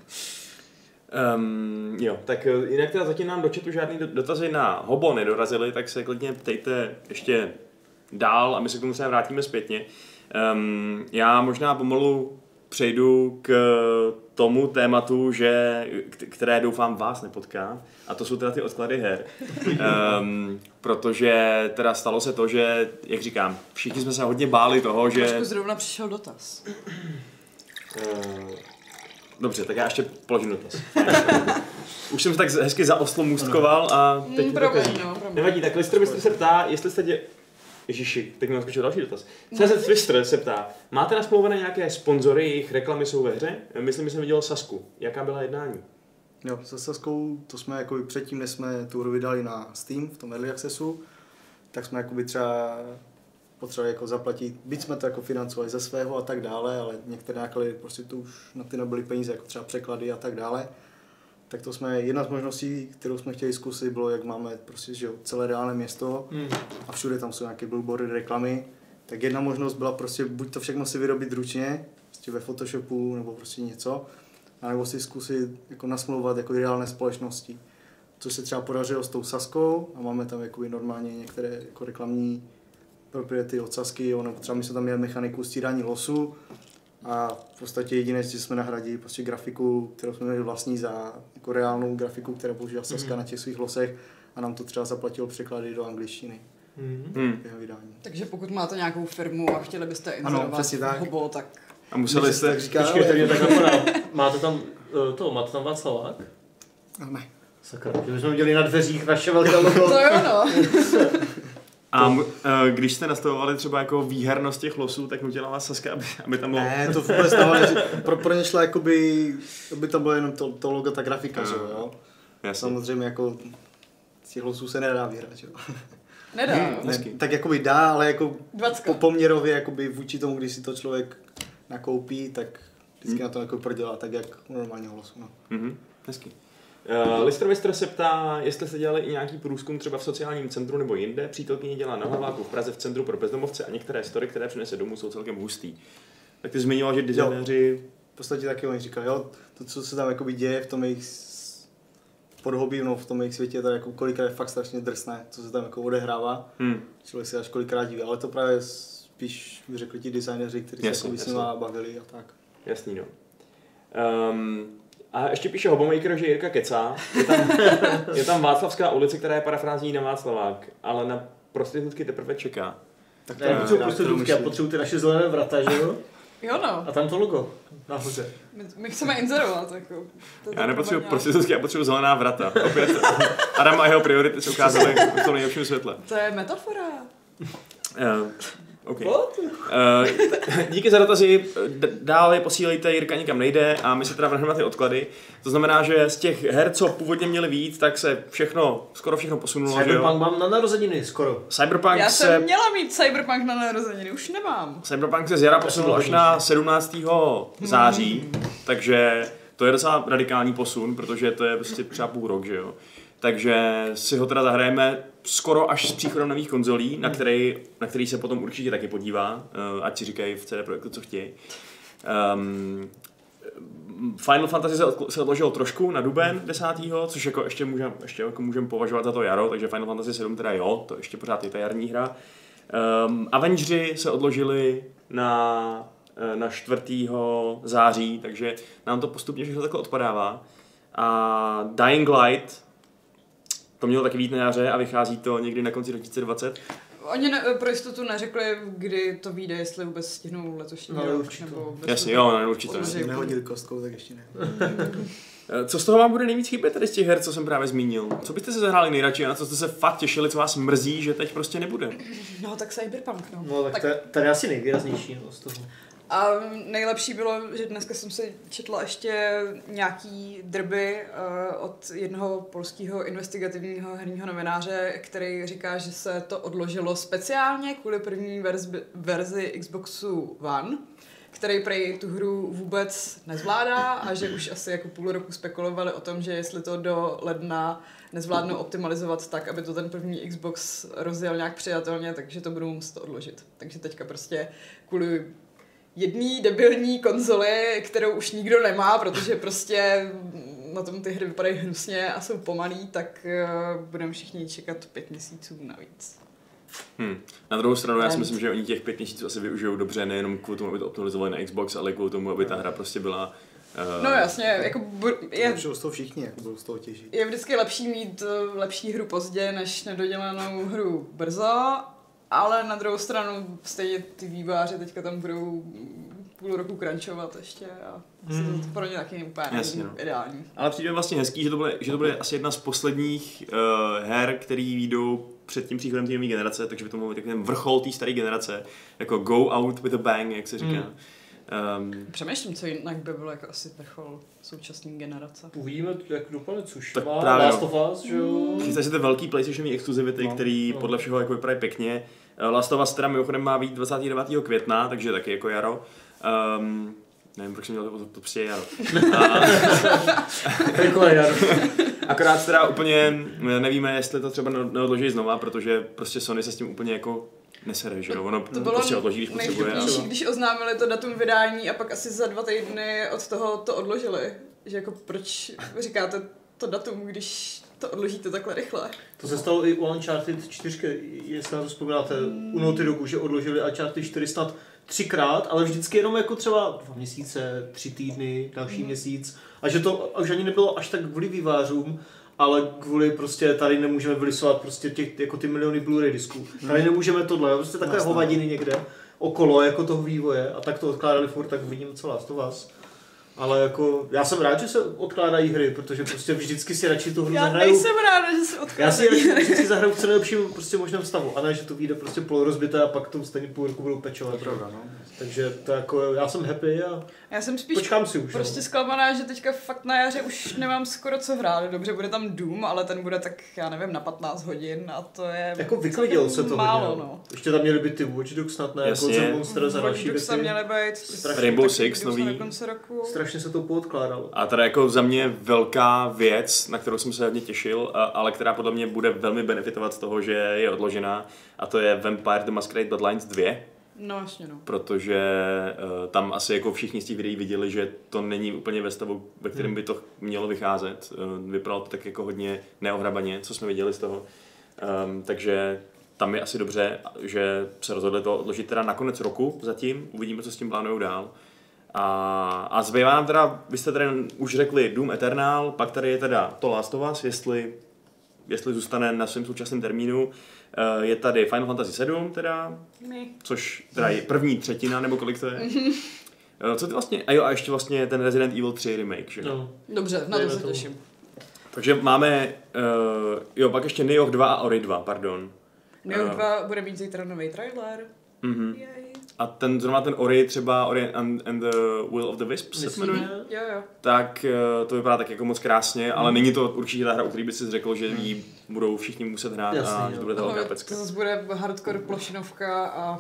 Um, jo, tak uh, jinak teda zatím nám do chatu žádný do- dotazy na Hobo nedorazily, tak se klidně ptejte ještě dál a my se k tomu se vrátíme zpětně. Um, já možná pomalu přejdu k tomu tématu, že, k- které doufám vás nepotká, a to jsou teda ty odklady her. Um, protože teda stalo se to, že, jak říkám, všichni jsme se hodně báli toho, že... Trošku zrovna přišel dotaz. Uh, dobře, tak já ještě položím dotaz. Už jsem se tak hezky zaoslomůstkoval a teď... Mm, problém, no, problém. Nevadí, tak Lister Mister se ptá, jestli jste dě... Ježiši, teď mi naskočil další dotaz. C Z Twister se ptá, máte nasmlouvané nějaké sponzory, jejich reklamy jsou ve hře? Myslím, že jsem viděl Sasku. Jaká byla jednání? Jo, se Saskou, to jsme jako předtím, než jsme tu hru vydali na Steam, v tom Early Accessu, tak jsme jakoby třeba potřebovali jako zaplatit, byť jsme to jako financovali ze svého a tak dále, ale některé náklady prostě to už na ty nebyly peníze, jako třeba překlady a tak dále. Tak to jsme, jedna z možností, kterou jsme chtěli zkusit, bylo, jak máme prostě, že jo, celé reálné město mm. a všude tam jsou nějaké billboardy, reklamy. Tak jedna možnost byla prostě buď to všechno si vyrobit ručně, prostě ve Photoshopu nebo prostě něco, anebo si zkusit jako nasmlouvat jako reálné společnosti. Což se třeba podařilo s tou Saskou a máme tam jakoby normálně některé jako reklamní propriety od Sasky, jo, nebo třeba my jsme tam měli mechaniku stírání losu a v podstatě jediné, že jsme nahradili prostě grafiku, kterou jsme měli vlastní za jako reálnou grafiku, kterou používá Saska mm. na těch svých losech a nám to třeba zaplatilo překlady do angličtiny. Mm. Jeho vydání. Takže pokud máte nějakou firmu a chtěli byste inzerovat v Hobo, tak... A museli jste... Tak říká, počkej, ale... tak napadá. Máte tam to, máte tam Václavák? Ne. Sakra, že jsme udělali na dveřích naše velké logo. To jo, no. A když jste nastavovali třeba jako výhernost těch losů, tak nutila vás Saska, aby, aby tam bylo... Ne, to vůbec ne, pro, pro ně šlo jakoby, aby tam bylo jenom to, to logo, ta grafika, no, že jo. Jasně. Samozřejmě jako z těch losů se nedá vyhrát, že jo. Nedá. Ne, tak jakoby dá, ale jako po, poměrově jakoby vůči tomu, když si to člověk nakoupí, tak vždycky hmm. na to jako prodělá tak, jak u normálního losu, no. Mhm, hezky. Uh, Lister Mister se ptá, jestli jste dělali i nějaký průzkum třeba v sociálním centru nebo jinde. Přítelkyně dělá na Hlaváku v Praze v centru pro bezdomovce a některé story, které přinese domů, jsou celkem hustý. Tak ty zmiňoval, že designéři... V podstatě taky oni říkali, jo, to, co se tam jakoby děje v tom jejich podhobí, no, v tom jejich světě, to jako kolikrát je fakt strašně drsné, co se tam jako odehrává. Hmm. Člověk se až kolikrát diví, ale to právě spíš řekli ti designéři, kteří jasný, se jako s nima bavili a tak. Jasný, no. Um, A ještě píše Hobomaker, že Jirka kecá. Je tam, je tam Václavská ulice, která je parafrází na Václavák, ale na prostitutky teprve čeká. Tak to potřebuji prostitutky a potřebuji ty naše zelené vrata, že jo? Jo no. A tam to logo nahoře. My, my chceme inzerovat, jako. Já nepotřebuji prostitutky, já potřebuji zelená vrata. Opět Adam a jeho priority se ukázaly v tom nejlepším světle. To je metafora. Uh, Okay. Uh, díky za dotazy, dále posílejte, Jirka nikam nejde a my se teda vrhneme na ty odklady. To znamená, že z těch her, co původně měli víc, tak se všechno, skoro všechno posunulo. Cyberpunk mám na narozeniny skoro. Cyberpunk Já se... jsem měla mít Cyberpunk na narozeniny, už nemám. Cyberpunk se z jara posunul až na sedmnáctého září, hmm. takže to je docela radikální posun, protože to je prostě třeba půl rok, že jo. Takže si ho teda zahrajeme skoro až s příchodem nových konzolí, na který, na který se potom určitě taky podívá, ať si říkají v C D Projektu, co chtějí. Um, Final Fantasy se, odlo- se odložilo trošku na duben desátého což jako ještě můžeme ještě jako můžem považovat za to jaro, takže Final Fantasy sedm teda jo, to ještě pořád je ta jarní hra. Um, Avengeri se odložili na, na čtvrtého září, takže nám to postupně všechno takhle odpadává. A Dying Light to mělo taky být na jaře a vychází to někdy na konci dva tisíce dvacet. Oni ne, pro jistotu neřekli, kdy to vyjde, jestli vůbec stihnou letošní no, rok, nebo... Jasně, jo, ne, určitě. Jestli nehodili kostkou, tak ještě ne. Co z toho vám bude nejvíc chybět tady z těch her, co jsem právě zmínil? Co byste se zahráli nejradši a na co jste se fakt těšili, co vás mrzí, že teď prostě nebude? No tak Cyberpunk, no. No tak, tak... to je asi nejvýraznější, no, z toho. A nejlepší bylo, že dneska jsem si četla ještě nějaký drby uh, od jednoho polského investigativního herního novináře, který říká, že se to odložilo speciálně kvůli první verzi, verzi Xboxu One, který prej tu hru vůbec nezvládá a že už asi jako půl roku spekulovali o tom, že jestli to do ledna nezvládnou optimalizovat tak, aby to ten první Xbox rozjel nějak přijatelně, takže to budou muset odložit. Takže teďka prostě kvůli jedný debilní konzoli, kterou už nikdo nemá, protože prostě na tom ty hry vypadají hnusně a jsou pomalý, tak uh, budeme všichni čekat pět měsíců navíc. Hmm. Na druhou stranu já si myslím, že oni těch pět měsíců asi využijou dobře, nejenom kvůli tomu, aby to optimalizovali na Xbox, ale kvůli tomu, aby ta hra prostě byla... Uh... No jasně, jako bu- je... To z toho všichni, jako budou z toho těžit. Je vždycky lepší mít uh, lepší hru pozdě, než nedodělanou hru brzo, ale na druhou stranu stejně ty vývojáři teďka tam budou půl roku crunchovat ještě a hmm. to pro ně taky úplně Jasně, no. ideální. Ale přijde vlastně hezký, že to bude, že to bude asi jedna z posledních uh, her, který vyjdou před tím příchodem té nové generace, takže by to mohl být takový vrchol té staré generace, jako go out with a bang, jak se říká. Hmm. Um, Přemýšlím, co jinak by bylo jako asi vrchol současné generace. Uvidíme, jak dopadne, což tak má právě Last of Us, že jo? Chystají se ty velký PlayStationové exkluzivity, no, který no. podle všeho jako vypadají pěkně. Last of Us teda mimochodem má být dvacátého devátého května, takže taky jako jaro. Um, nevím, proč jsem měl to, to, to prostě jaro. Jako jaro. Akorát teda úplně nevíme, jestli to třeba neodloží znova, protože prostě Sony se s tím úplně jako nesere, že jo? Ono to bylo prostě odloží, když potřebuje. A... když oznámili to datum vydání a pak asi za dva týdny od toho to odložili. Že jako proč říkáte to datum, když to odložíte takhle rychle? To se stalo i u Uncharted čtyři, jestli na to vzpomínáte, mm. u Naughty Dogu, že odložili Uncharted čtyři snad třikrát, ale vždycky jenom jako třeba dva měsíce, tři týdny, další mm. měsíc. A že to už ani nebylo až tak kvůli vývářům, ale kvůli prostě tady nemůžeme vylisovat prostě těch, jako ty miliony Blu-ray disků. Tady nemůžeme tohle, prostě takové Jasně. hovadiny někde okolo jako toho vývoje a tak to odkládali furt, tak vidím co Last of Us. Ale jako, já jsem rád, že se odkládají hry, protože prostě vždycky si radši tu hru já zahraju. Já nejsem ráda, že se odkládají Já si radši vždycky zahraju v co nejlepším prostě možném stavu, a ne, že to vyjde prostě polorozbité a pak to stejně půl roku budou pečovat. Pravda, no. Takže to jako, já jsem happy a já jsem spíš počkám si už. Prostě no. zklamaná, že teďka fakt na jaře už nemám skoro co hrát. Dobře, bude tam Doom, ale ten bude tak, já nevím, na patnáct hodin a to je jako vyklidil se to málo, hodně. No. Ještě tam měly být ty Watch Dogs snad, ne? Jasně. Jako Monster za další věci. tam měly být. Rainbow Six nový. Strašně se to poodkládalo. A teda jako za mě velká věc, na kterou jsem se hodně těšil, ale která podle mě bude velmi benefitovat z toho, že je odložená, a to je Vampire the Masquerade Bloodlines dva. No jasně no. Protože uh, tam asi jako všichni z těch videí viděli, že to není úplně ve stavu, ve kterém by to mělo vycházet. Uh, vypadalo to tak jako hodně neohrabaně, co jsme viděli z toho. Um, takže tam je asi dobře, že se rozhodli to odložit teda na konec roku zatím. Uvidíme, co s tím plánujou dál. A, a zbývá nám teda, vy jste tady už řekli Doom Eternal, pak tady je teda to Last of Us, jestli, jestli zůstane na svém současném termínu. Uh, je tady Final Fantasy sedm teda, My. což teda je první třetina, nebo kolik to je. Uh, co ty vlastně, a jo, a ještě vlastně ten Resident Evil tři remake, že? No. Dobře, na to se těším. Takže máme, uh, jo, pak ještě Nioh dva a Ori dva, pardon. Nioh uh, dva bude mít zítra nový trailer. Uh-huh. A ten, zrovna ten Ori, třeba Ori and, and the Will of the Wisps se jmenuje, jo, jo. tak uh, to vypadá tak jako moc krásně, mm. ale není to určitě ta hra, u který by si řekl, že ji budou všichni muset hrát. Jasný, a že to bude ta velká pecka. To zase bude hardcore plošinovka a...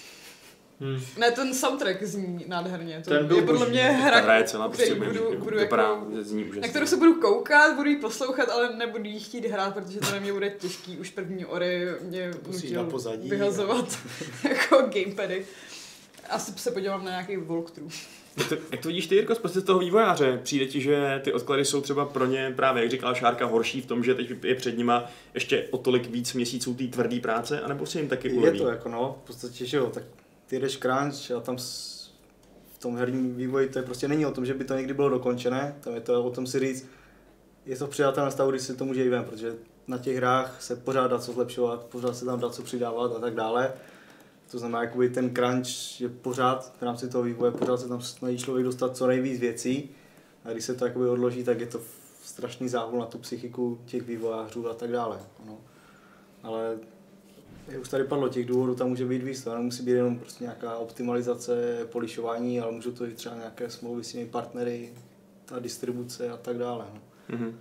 Hmm. Ne, ten soundtrack zní nádherně. To ten je podle mě hra, hra je celá, prostě budu, jako, budu vypadá, jako, zní úžasně. na kterou se budu koukat, budu ji poslouchat, ale nebudu ji chtít hrát, protože to na mě bude těžký. Už první Ori mě nutil vyhazovat jako gamepady. Asi se podívám na nějaký walkthrough. Jak to, jak to vidíš ty, Jirko, z toho vývojáře? Přijde ti, že ty odklady jsou třeba pro ně právě, jak říkala Šárka, horší v tom, že teď je před nima ještě o tolik víc měsíců té tvrdé práce, anebo si jim taky uleví? Je to jako no, v podstatě, že jo, tak ty jdeš crunch a tam s, v tom herním vývoji to je prostě není o tom, že by to někdy bylo dokončené, tam je to o tom si říct, je to přijatelné stavu, když se to může i ven, protože na těch hrách se pořád dá co zlepšovat, pořád se tam dá co přidávat a tak dále. To znamená, jakoby ten crunch je pořád v rámci toho vývoje, pořád se tam snaží člověk dostat co nejvíc věcí a když se to jakoby odloží, tak je to strašný záhul na tu psychiku těch vývojářů a tak dále. No. Ale jak už tady padlo, těch důvodů tam může být víc, to nemusí být jenom prostě nějaká optimalizace, polišování, ale můžou to být třeba nějaké smlouvy s těmi partnery, ta distribuce a tak dále. No. Mm-hmm.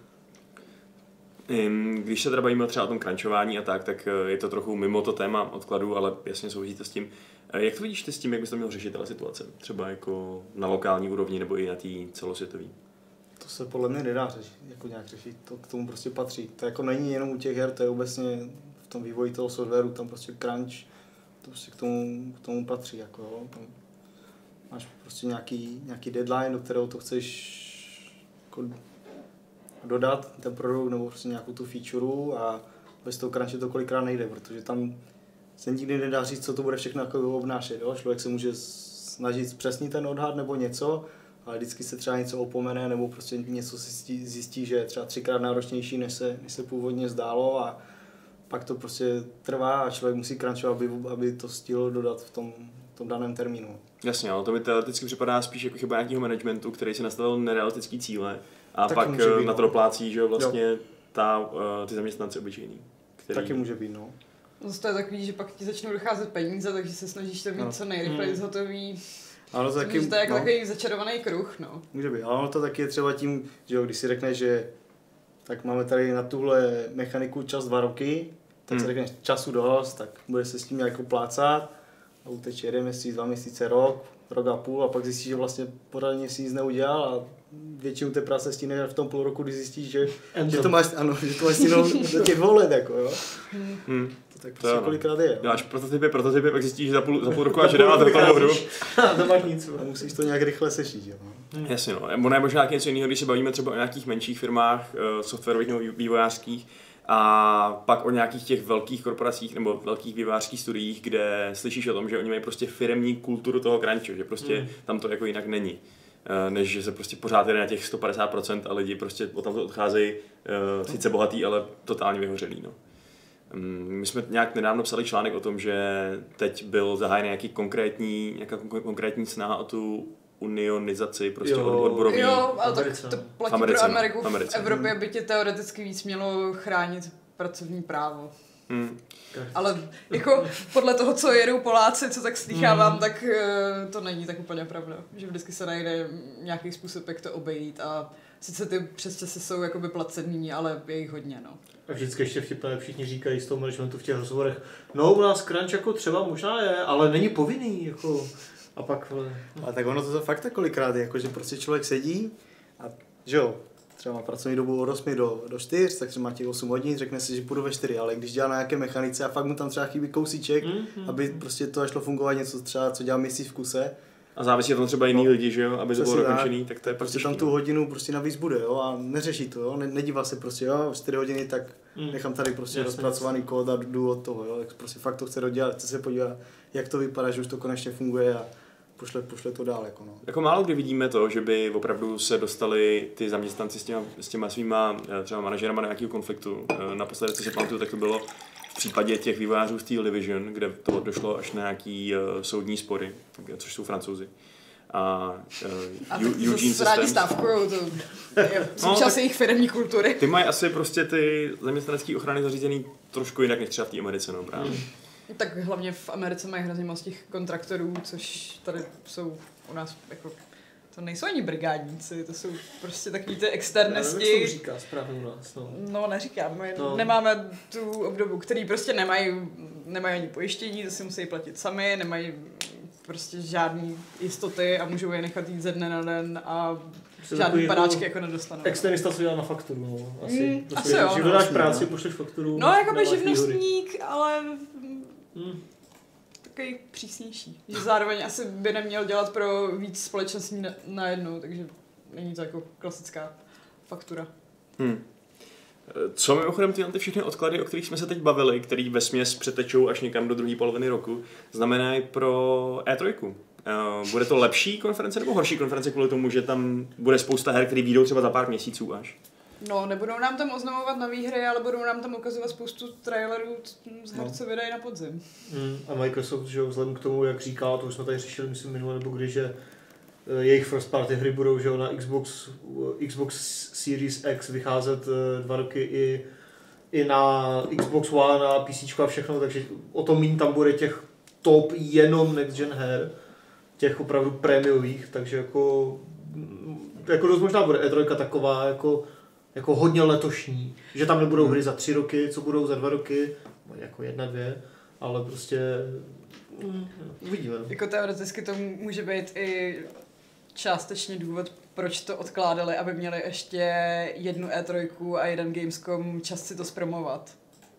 Když se teda bavíme třeba o tom crunchování a tak, tak je to trochu mimo to téma odkladu, ale jasně souvisí to s tím. Jak to vidíš ty s tím, jak bys to měl řešit ta situace? Třeba jako na lokální úrovni nebo i na té celosvětové? To se podle mě nedá řešit, jako nějak řešit, to k tomu prostě patří. To jako není jenom u těch her, to je obecně v tom vývoji toho softwaru, tam prostě crunch, to prostě k tomu, k tomu patří. Jako, jo. Tam máš prostě nějaký, nějaký deadline, do kterého to chceš jako dodat, ten produkt nebo prostě nějakou tu featureu a bez toho crunche to kolikrát nejde, protože tam se nikdy nedá říct, co to bude všechno jako obnášet. Jo? Člověk se může snažit zpřesnit ten odhad nebo něco, ale vždycky se třeba něco opomene nebo prostě něco zjistí, zjistí že je třeba třikrát náročnější, než se, než se původně zdálo a pak to prostě trvá a člověk musí crunchovat, aby, aby to stihl dodat v tom v tom daném termínu. Jasně, ale to mi teoreticky připadá spíš jako chyba nějakého managementu, který si nastavil nerealistický cíle a tak pak být, na to doplácí, že vlastně ta, uh, ty zaměstnanci obyčejný. Který... Taky může být, no. Zase to je takový, že pak ti začnou docházet peníze, takže se snažíš to mít no. co nejrychleji hmm. zhotový. Ano, to, taky, to je jako no. takový začarovaný kruh, no. Může být, ale to taky je třeba tím, že jo, když si řekneš, že tak máme tady na tuhle mechaniku čas dva roky, tak hmm. si řekneš času dost, tak bude se s tím jako plácat a uteče jeden měsíc, dva měsíce, rok, rok a půl a pak zjistíš, že vlastně pořádně si nic neudělal a většinu té práce stíneš v tom půl roku, když zjistíš, že, že to máš, ano, že to máš stínout do těch dvou let, jako jo. Hmm. To tak prostě kolikrát je. Dáš prototypy, prototypy, pak zjistíš, že za půl, za půl roku až dávat takovou hru. A to máš nic. A musíš to nějak rychle sešít, jo. Hmm. Jasně, no. Ono je možná něco jiného, když se bavíme třeba o nějakých menších firmách, uh, softwarových nebo vývojářských, a pak o nějakých těch velkých korporacích nebo velkých vývojářských studiích, kde slyšíš o tom, že oni mají prostě firemní kulturu toho crunchu, že prostě hmm. tam to jako jinak není. Než že se prostě pořád jde na těch sto padesát procent a lidi prostě od tamto odcházejí uh, sice bohatý, ale totálně vyhořelý. No. Um, my jsme nějak nedávno psali článek o tom, že teď byl zahájen nějaký konkrétní, nějaká konkrétní snaha o tu unionizaci prostě jo, odborový. Jo, ale tak to platí Americe, pro Ameriku. v, Americe. v Evropě by tě teoreticky víc mělo chránit pracovní právo. Hmm. Ale jako podle toho, co jedou Poláci, co tak slýchávám, hmm. tak uh, to není tak úplně pravda. Že vždycky se najde nějaký způsob, jak to obejít a sice ty přesčasy jsou jakoby placený, ale je jich hodně, no. A vždycky ještě vtipné, všichni říkají z toho managementu v těch rozhovorech, no u nás crunch jako třeba možná je, ale není povinný, jako... A pak... A tak ono to fakt kolikrát je, jako že prostě člověk sedí a že jo, třeba má pracovní dobu od osmi do, do čtyř, tak třeba má těch osm hodin, řekne si, že půjdu ve čtyři, ale když dělá na nějaké mechanice a fakt mu tam třeba chybí kousíček, mm-hmm. aby prostě to šlo fungovat něco třeba, co dělá měsíc v kuse. A závisí tam třeba jiný no, lidi, že jo, aby to bylo dokončený, tak to je prostě tam tu hodinu prostě navíc bude, jo, a neřeší to, jo, nedívá se prostě, jo, čtyři hodiny, tak mm. nechám tady prostě jasně, rozpracovaný jasně. kód a jdu od toho, jo, tak prostě fakt to chce dodělat, chce se podívat, jak to vypadá, že už to konečně funguje a pošle, pošle to dál, jako no. Jako málo kdy vidíme to, že by opravdu se dostali ty zaměstnanci s těma, s těma svýma třeba manažerama na nějakého konfliktu. Naposledy, co si pamatuju, tak to bylo v případě těch vývojářů Steel Division, kde to došlo až na nějaký uh, soudní spory, což jsou Francouzi. A, uh, a U, Eugene Systems. Stávkujou, to je součást jejich firemní kultury. Ty mají asi prostě ty zaměstnanecké ochrany zařízený trošku jinak než třeba v té Americe, no právě. Hmm. Tak hlavně v Americe mají hrozně moc těch kontraktorů, což tady jsou u nás jako... To nejsou ani brigádníci, to jsou prostě takový ty externisti. Já nevím, co říká správně u nás, no. No neříkám, my no. nemáme tu obdobu, který prostě nemají, nemají ani pojištění, to si musí platit sami, nemají prostě žádný jistoty a můžou je nechat jít ze dne na den a žádný padáčky jako nedostanou. Externista se dělá na fakturu, no. Asi, mm, asi jo. Že dodáš práci, pošleš fakturu. No jako by živnostník, ale... Hmm. Takový přísnější. Že zároveň asi by neměl dělat pro víc společností najednou, takže není to jako klasická faktura. Hmm. Co mimochodem tyhle ty všechny odklady, o kterých jsme se teď bavili, který vesměs přetečou až někam do druhé poloviny roku, znamenají pro E tři? Bude to lepší konference nebo horší konference kvůli tomu, že tam bude spousta her, které vyjdou třeba za pár měsíců až? No, nebudou nám tam oznamovat nový hry, ale budou nám tam ukazovat spoustu trailerů z her, no. co vydají na podzim. Mm, a Microsoft, že vzhledem k tomu, jak říká, to už jsme tady řešili, myslím, minule nebo kdy, že jejich first party hry budou, že na Xbox, Xbox Series X vycházet dva roky i, i na Xbox One a PCčko a všechno, takže o to míň tam bude těch top jenom next gen her, těch opravdu prémiových, takže jako, jako dost možná bude E tři taková, jako jako hodně letošní, že tam nebudou hry za tři roky, co budou za dva roky, jako jedna, dvě, ale prostě mm, uvidíme. Jako teoreticky to může být i částečně důvod, proč to odkládali, aby měli ještě jednu E tři a jeden Gamescom čas si to zpromovat.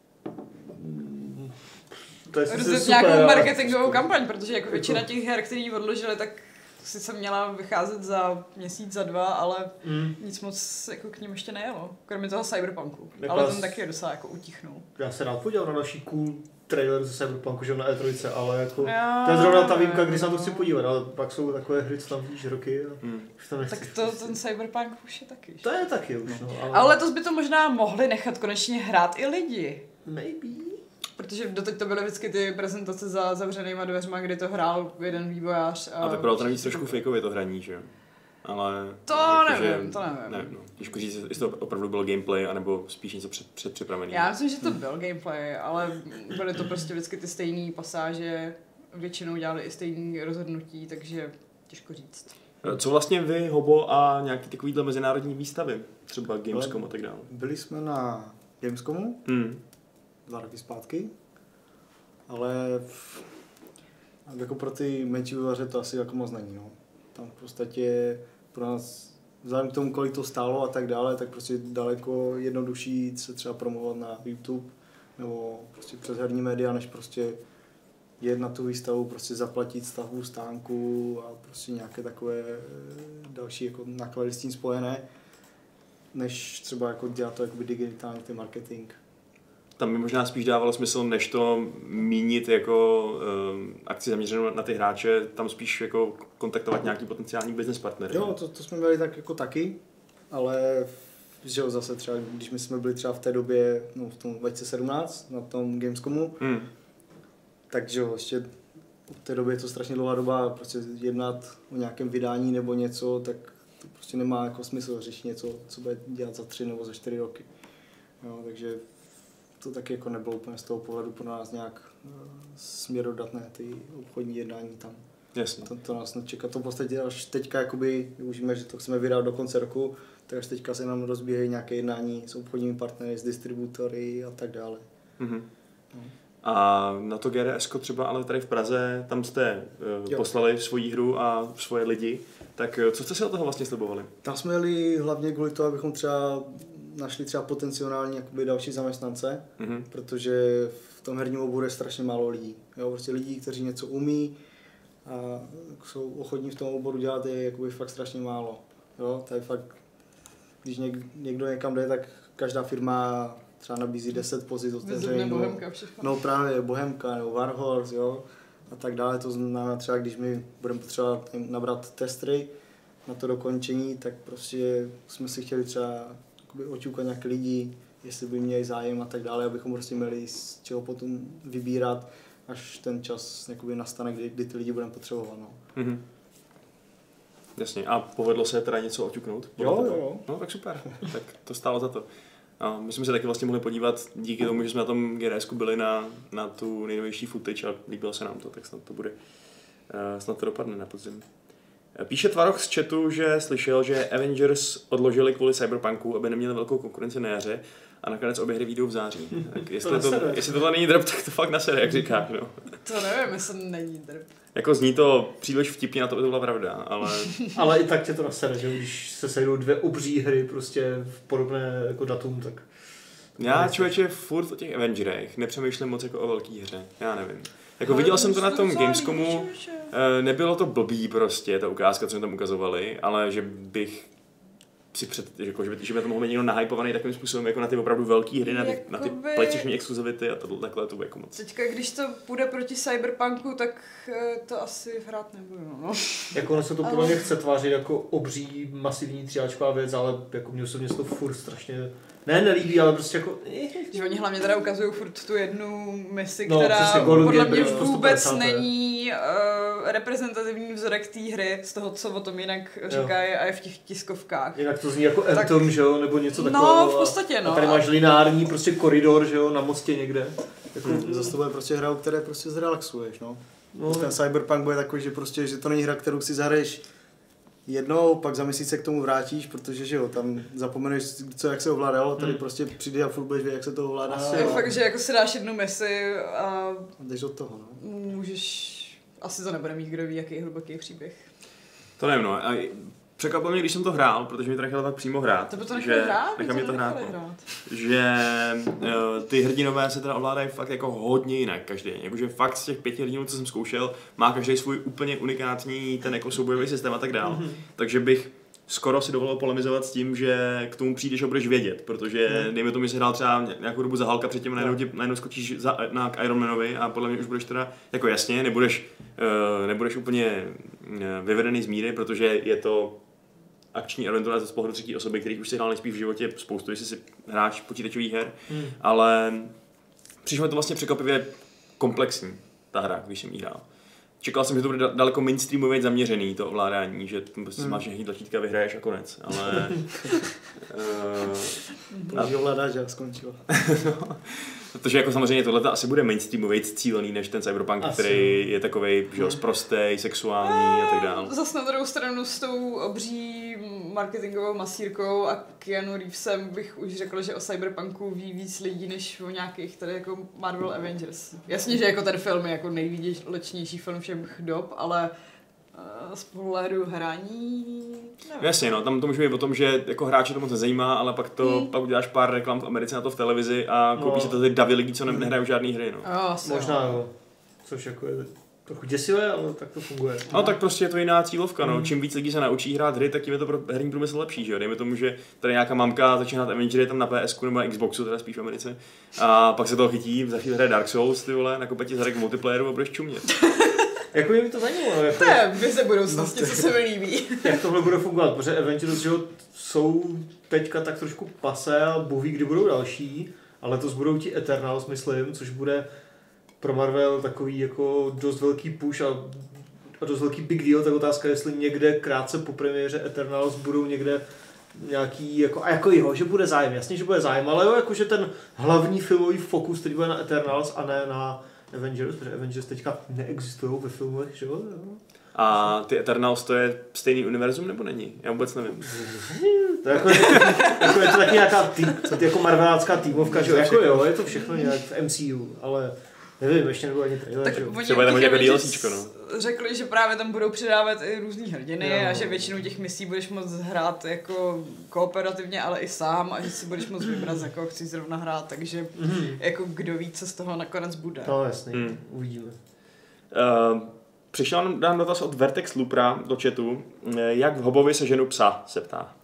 Mm, to je super, nějakou marketingovou kampaň, protože jako většina těch her, který odložili, tak sice měla vycházet za měsíc, za dva, ale mm. nic moc jako k ním ještě nejelo. Kromě toho Cyberpunku. Jako ale ten taky je docela jako utichnul. Já se rád podíval na další cool trailer ze Cyberpunku, že na E tři, ale jako já, to je zrovna ta výjimka, kdy se na to chci podívat, ale pak jsou takové hry, co tam vidíš roky a mm. už tam nechci. Tak to, ten Cyberpunk už je taky. To je taky už, no. Ale... ale letos by to možná mohli nechat konečně hrát i lidi. Maybe. Protože doteď to byly vždycky ty prezentace za zavřenýma dveřma, kdy to hrál jeden vývojář. A, a tak bylo to navíc trošku fakeově to hraní, že jo? Ale... To jako, nevím, že, to nevím. nevím no. Těžko říct, jestli to opravdu bylo gameplay, anebo spíš něco před, předpřipravený. Já myslím, že to byl gameplay, ale byly to prostě vždycky ty stejné pasáže, většinou dělali i stejné rozhodnutí, takže těžko říct. Co vlastně vy, Hobo, a nějaký takovýhle mezinárodní výstavy? Třeba Gamescom a tak dále. Byli jsme na Gamescomu, hmm. dva roky zpátky, ale v, jako pro ty menší vývojáře to asi jako moc není. No. Tam v podstatě pro nás, vzhledem k tomu, kolik to stálo a tak dále, tak prostě daleko jednodušší se třeba promovat na YouTube nebo prostě přes herní média, než prostě jet na tu výstavu, prostě zaplatit stavbu stánku a prostě nějaké takové další jako náklady s tím spojené, než třeba jako dělat to jakoby digitální ten marketing. Tam mi možná spíš dávalo smysl, než to mínit jako um, akci zaměřenou na ty hráče, tam spíš jako kontaktovat nějaký potenciální business partnery. Jo, to, to jsme měli tak jako taky, ale že jo, zase třeba, když my jsme byli třeba v té době, no v tom dva tisíce sedmnáct, na tom Gamescomu, hmm. takže jo, ještě od té doby je to strašně dlouhá doba, prostě jednat o nějakém vydání nebo něco, tak to prostě nemá jako smysl řešit něco, co bude dělat za tři nebo za čtyři roky. Jo, takže to taky jako nebylo úplně z toho pohledu pro nás nějak uh, směrodatné, ty obchodní jednání tam. Jasně. To, to nás nečeká. To v podstatě až teďka jakoby, už víme, že to chceme vydat do konce roku, tak až teďka se nám rozbíhají nějaké jednání s obchodními partnery, s distributory a tak dále. Mm-hmm. No. A na to G D S ko třeba, ale tady v Praze, tam jste uh, poslali svoji hru a svoje lidi, tak co jste si od toho vlastně slibovali? Tam jsme jeli hlavně kvůli tomu, abychom třeba našli třeba potenciální jakoby další zaměstnance, mm-hmm. protože v tom herním oboru je strašně málo lidí. Jo, prostě lidí, kteří něco umí a jsou ochotní v tom oboru dělat, je jakoby fakt strašně málo. Jo, tady fakt, když někdo někam jde, tak každá firma třeba nabízí deset pozic otevřených. No, no právě Bohemka nebo Warhorse, jo, a tak dále. To znamená třeba, když my budeme potřebovat nabrat testry na to dokončení, tak prostě jsme si chtěli třeba oťukat nějaké lidi, jestli by měli zájem a tak dále, abychom prostě měli z čeho potom vybírat, až ten čas nastane, kdy, kdy ty lidi budeme potřebovat. No. Mm-hmm. Jasně. A povedlo se teda něco oťuknout? Jo, jo, jo. No tak super, tak to stálo za to. A my jsme se taky vlastně mohli podívat díky tomu, že jsme na tom G D S ku byli na, na tu nejnovější footage a líbilo se nám to, tak snad to bude, uh, snad to dopadne na podzim. Píše Tvaroch z chatu, že slyšel, že Avengers odložili kvůli Cyberpunku, aby neměli velkou konkurenci na jaře a nakonec obě hry vyjdou v září. Tak jestli, to, jestli tohle není drb, tak to fakt nasede, jak říkáš. No. To nevím, jestli není drb. Jako zní to příliš vtipně, a to by to byla pravda, ale... ale i tak tě to nasede, že když se sejdou dvě obří hry prostě v podobné jako datum, tak... Já člověče furt o těch Avengerech nepřemýšlím moc jako o velký hře, já nevím. Jako viděl jsem to na tom Gamescomu, nebylo to blbý prostě, ta ukázka, co mi tam ukazovali, ale že bych si před, jako, že, by, že by to mohl mít někdo nahypovaný takovým způsobem, jako na ty opravdu velký hry, na ty, na ty PlayStation exkluzivity a to, takhle to bude jako moc. Teďka, když to půjde proti Cyberpunku, tak to asi hrát nebudu, no. Jako ono se to podle mě chce tvářit jako obří, masivní tříáčková věc, ale jako mě osobně se to furt strašně, ne nelíbí, ale prostě jako... Že oni hlavně teda ukazují furt tu jednu misi, no, která přesně, podle mě vůbec není uh, reprezentativní vzorek té hry, z toho, co o tom jinak říkají a je v těch tiskovkách. Jinak to zní jako Anthem, tak, že jo, nebo něco takového. No, v podstatě, no. A tady máš lineární prostě koridor, že jo, na mostě někde. Jako, hmm. Zase to bude prostě hra, o které prostě zrelaxuješ, no. no. Ten Cyberpunk bude takový, že prostě, že to není hra, kterou si zahraješ jednou, pak za měsíc se k tomu vrátíš, protože že jo, tam zapomeneš, co, jak se ovládalo, tady hmm. prostě přijde a furt budeš vědět, jak se to ovládá. Asi je fakt, že jako si dáš jednu misi a... a jdeš od toho, no. Můžeš... Asi to nebude mít kdo ví, jaký hluboký příběh. To nevím, no. A překvapilo mě, když jsem to hrál, protože mi to nechal tak přímo hrát. To by to nechal hrát? Nechal mě to hrát, hrát. Že uh, ty hrdinové se teda ovládají fakt jako hodně jinak každý. Jakože fakt z těch pěti hrdinů, co jsem zkoušel, má každý svůj úplně unikátní ten jako soubojový systém a tak dál. Mm-hmm. Takže bych skoro si dovolil polemizovat s tím, že k tomu přijdeš a budeš vědět, protože mm. dejme tomu, že jsi hrál třeba nějakou dobu za Hulka předtím a najednou, tě, najednou skočíš za, na k Iron Manovi a podle mě už budeš teda, jako jasně, nebudeš, uh, nebudeš úplně uh, vyvedený z míry, protože je to akční adventura z pohledu třetí osoby, který už si hrál nejspíš v životě spoustu, jestli si hráč počítačových her, mm. ale přišlo mi to vlastně překvapivě komplexní, ta hra, když jsem jí hrál. Čekal jsem, že to bude daleko mainstreamově zaměřený, to ovládání, že prostě hmm. máš všechny tlačítka, vyhraješ a konec, ale... uh, a ovládáš, že skončila. No, protože jako samozřejmě tohle asi bude mainstreamově cílený než ten Cyberpunk, asi. Který je takovej, že jo, sprostej, sexuální a tak dále. Zas na druhou stranu s tou obří marketingovou masírkou a Keanu Reevesem bych už řekl, že o Cyberpunku ví víc lidí než o nějakých tady jako Marvel Avengers. Jasně, že jako ten film je jako nejvýdělečnější film všech dob, ale uh, z pohledu hraní... Nevím. Jasně, no, tam to může být o tom, že jako hráče to moc nezajímá, ale pak to hmm. pak uděláš pár reklam v Americe na to v televizi a koupí no. si to ty davy lidí, co nehrajou žádný hry, no. Oh, možná jo, což jako je trochu děsivé, ale tak to funguje. No tak prostě je to jiná cílovka, no. Čím víc lidí se naučí hrát hry, tak tím je to pro herní průmysl lepší, že jo. Dejme tomu, že tady nějaká mamka začne hrát Avengery tam na P S ku nebo na Xboxu, teda spíš v Americe. A pak se toho chytí, za chvíli hraje Dark Souls, ty vole, nakope ti zadek multiplayeru a budeš čumět. Jako mě to zajímalo. Jako... To je vize budoucnosti, no, co se mi líbí. Jak tohle bude fungovat, protože Avengers, že jsou teďka tak trošku pase a Bůh ví, kdy budou další, ale to budou ti Eternals, myslím, což bude pro Marvel takový jako dost velký push a, a dost velký big deal, tak otázka, jestli někde krátce po premiéře Eternals budou někde nějaký, jako, a jako jo, že bude zájem, jasně, že bude zájem, ale jo, jakože ten hlavní filmový fokus, který bude na Eternals a ne na Avengers, protože Avengers teďka neexistují ve filmech, že jo? A ty Eternals, to je stejný univerzum nebo není? Já vůbec nevím. To je jako, jako je to taky nějaká tý, jako marvelácká týmovka, že jo? Jako jo, je to všechno nějak v M C U, ale nevím, ještě nebylo ani trailer, že jo? Třeba tam jako DLCčko, no. Řekli, že právě tam budou přidávat i různý hrdiny no. a že většinou těch misí budeš moct hrát jako kooperativně, ale i sám a že si budeš moct vybrat, za koho chceš zrovna hrát, takže mm. jako kdo ví, co z toho nakonec bude. No jasný, mm. uvidíme. Uh, přišel nám dotaz od Vertex Lupra do chatu, jak v Hobovi se ženu psa, se ptá.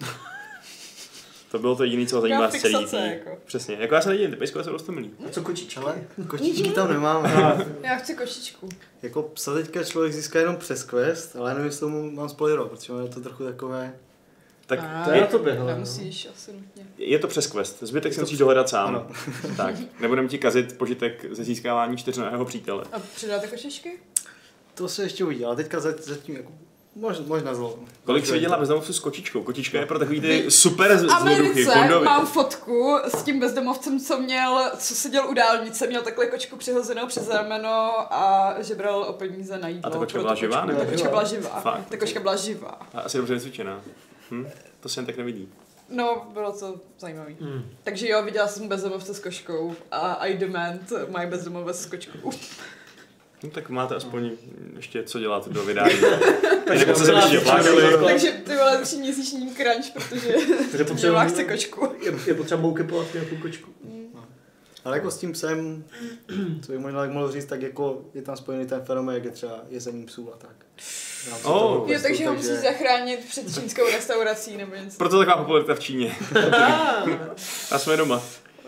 To bylo to jediné, co ho zajímá z celý tý. Jako. Přesně. Jako já se nedivím, ty pejskové jsou dost milý. A co kočičky? Ale kočičky tam nemáme. Já chci kočičku. Jako psa teďka člověk získá jenom přes quest, ale já nevím, jestli tomu mám spoilerovat, protože je to trochu takové... Tak a, to je na tobě, hele. Nemusíš asi nutně. Je to přes quest, zbytek si musíš dohledat sám. Ano. Tak, nebudem ti kazit požitek ze získávání čtyřného přítele. A přidáte kočičky? To se ještě uvidí, ale teďka zatím jako... Možná, možná zlo. Kolik jsi viděla bezdomovců s kočičkou? Kočička je pro takový ty super zloduchy, kondovy. Mám fotku s tím bezdomovcem, co měl, co seděl u dálnice, měl takhle kočku přihozenou přes rameno a žebral o peníze na jídlo. A ta kočka byla živá? Ta kočka byla živá. Fakt? Ta kočka byla živá. A asi dobře vycvičená. Hm? To se jen tak nevidí. No, bylo to zajímavý. Hmm. Takže jo, viděla jsem bezdomovce s kočkou a I demand mají bezdomovec s kočkou. No tak máte aspoň ještě co dělat do vydání. Takže se určitě plákali. Takže ty vole tříměsíční crunch, protože Žilák chce kočku. Je, je potřeba boukepovat nějakou kočku. Mm. Ale jako s tím psem, co bych možná mohl říct, tak jako je tam spojený ten fenomén, jak je třeba jezení psů a tak. Oh. Jo, takže ho musíš zachránit před čínskou restaurací nebo něco. Proto taková popularita v Číně. A jsme doma.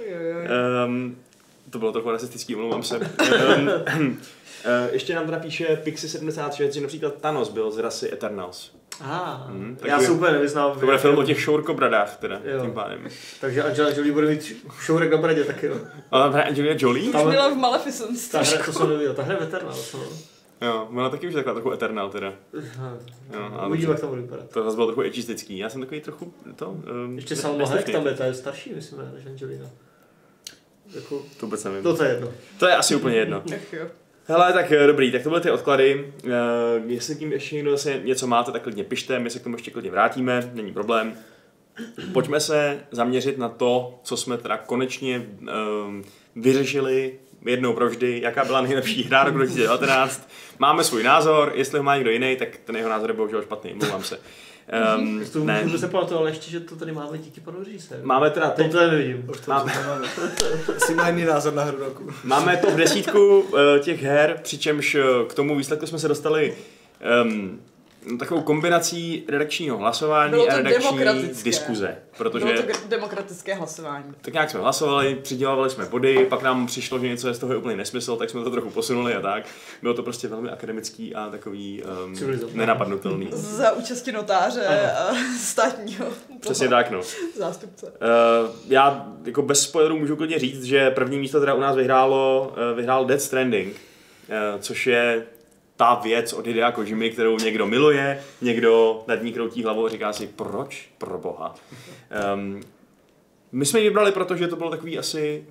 Um, to bylo trochu rasistický, omlouvám se. Um, Uh, ještě nám teda píše Pixie sedmdesát šest, že například Thanos byl z rasy Eternals. Ah, hmm, já se úplně nevyznám. To bude film o těch šourkobradách teda, jo. Tím pádem. Takže Angelina Jolie bude mít šourek na bradě taky, jo. Ale hraje Angelina Jolie? Už byla v Maleficent. Ta hra, to jsem neviděl, ta hra je Eternals, no. Jo, ona taky už je taková trochu Eternal teda. Uvidíme, jak to bude vypadat. To zase bylo trochu edgistický, já jsem takový trochu to... Um, ještě Salma Hayek tam je, ta je starší, myslím, než Angelina. Jako... To vůbec nevím. No to je jedno. To je asi úplně jedno. Ach jo. Hele, tak dobrý, tak to byly ty odklady. Uh, jestli tím ještě někdo zase něco máte, tak klidně pište, my se k tomu ještě klidně vrátíme, není problém. Pojďme se zaměřit na to, co jsme teda konečně um, vyřešili jednou provždy, jaká byla nejlepší hra roku dva tisíce devatenáct. Máme svůj názor, jestli ho má někdo jiný, tak ten jeho názor je bohužel špatný, mluvám se. Um, to ne. Můžu se pamatoval, ale ještě, že to tady máme díky panu režiséru. Máme teda teď... To tady nevidím. Máme... Asi má jiný názor na hru roku. Máme top desítku uh, těch her, přičemž uh, k tomu výsledku jsme se dostali um, takovou kombinací redakčního hlasování a redakční diskuze. Protože bylo to demokratické hlasování. Tak nějak jsme hlasovali, přidělovali jsme body, pak nám přišlo, že něco je z toho úplně nesmysl, tak jsme to trochu posunuli a tak. Bylo to prostě velmi akademický a takový um, nenapadnutelný. Za účasti notáře a státního Přesně tak, no. zástupce. Uh, já jako bez spoilerů můžu klidně říct, že první místo teda u nás vyhrálo, uh, vyhrál Death Stranding, uh, což je ta věc od Hidea Kojimy, kterou někdo miluje, někdo nad ní kroutí hlavou a říká si, proč? Pro boha. Um, my jsme ji vybrali, protože to bylo takový asi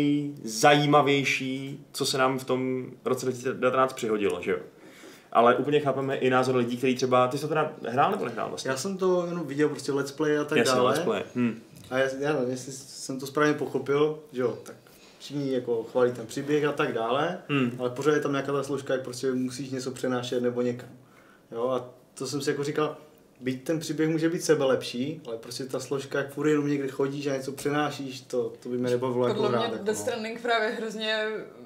nejzajímavější, co se nám v tom roce dva tisíce devatenáct přihodilo, že jo? Ale úplně chápeme i názor lidí, kteří třeba... Ty jsi to teda hrál nebo nehrál vlastně? Já jsem to jenom viděl, prostě let's play a tak Jasně, dále. Let's play. Hm. A já, já nevím, jestli jsem to správně pochopil, že jo, tak všichni jako chválí ten příběh a tak dále, hmm. ale pořád je tam nějaká ta složka, jak prostě musíš něco přenášet nebo někam. Jo, a to jsem si jako říkal, byť ten příběh může být sebe lepší, ale prostě ta složka, jak furt jenom někde chodíš a něco přenášíš, to, to by mě nebavilo jako Podle hrát. mě Jako, Death no. Stranding právě hrozně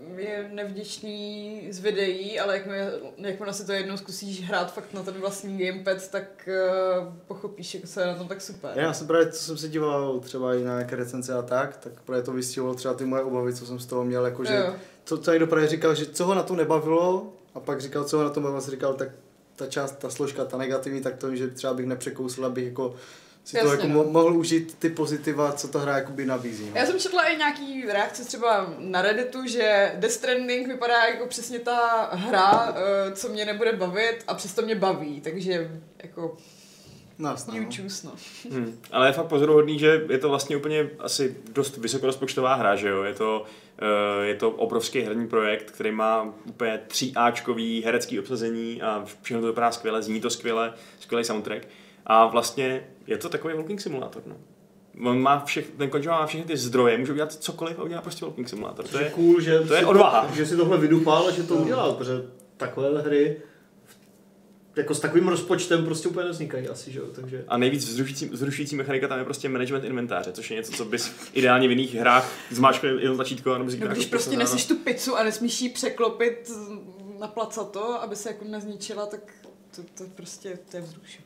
je nevděčný z videí, ale jakmile, jakmile si to jednou zkusíš hrát fakt na ten vlastní gamepad, tak uh, pochopíš, jak se je na tom tak super. Já jsem právě, co jsem se díval třeba i na nějaké recenze a tak, tak právě to vystihovalo třeba ty moje obavy, co jsem z toho měl, jakože to, co někdo právě říkal, že co ho na tom nebavilo, a pak říkal, co ho na tom bavilo, si říkal, tak ta část, ta složka, ta negativní, tak to, že třeba bych nepřekousil, abych jako si Jasně, to jako no. mohl užít ty pozitiva, co ta hra jakoby nabízí. No. Já jsem četla i nějaký reakce třeba na Redditu, že Death Stranding vypadá jako přesně ta hra, co mě nebude bavit a přesto mě baví, takže jako Nás, you choose, no. Hmm. Ale je fakt pozoruhodný, že je to vlastně úplně asi dost vysokorozpočtová hra, že jo? Je to, uh, je to obrovský herní projekt, který má úplně tříáčkový herecký obsazení a všechno to vypadá skvěle, zní to skvěle, skvělý soundtrack. A vlastně je to takový walking simulátor, no. On má všech, ten Kojima má všechny ty zdroje, může udělat cokoliv a udělá prostě walking simulátor. To je, cool, že to je odvaha. Že si tohle vydupal a že to udělal, protože takové hry jako s takovým rozpočtem prostě úplně nevznikají asi, že jo, takže... A nejvíc vzrušující, vzrušující mechanika tam je prostě management inventáře, což je něco, co bys ideálně v jiných hrách zmáčkl jenom tlačítko a nebo si no, když prostě neseš tu pizzu a nesmíš ji překlopit na placato, aby se jako nezničila, tak to, to prostě, to je vzrušující.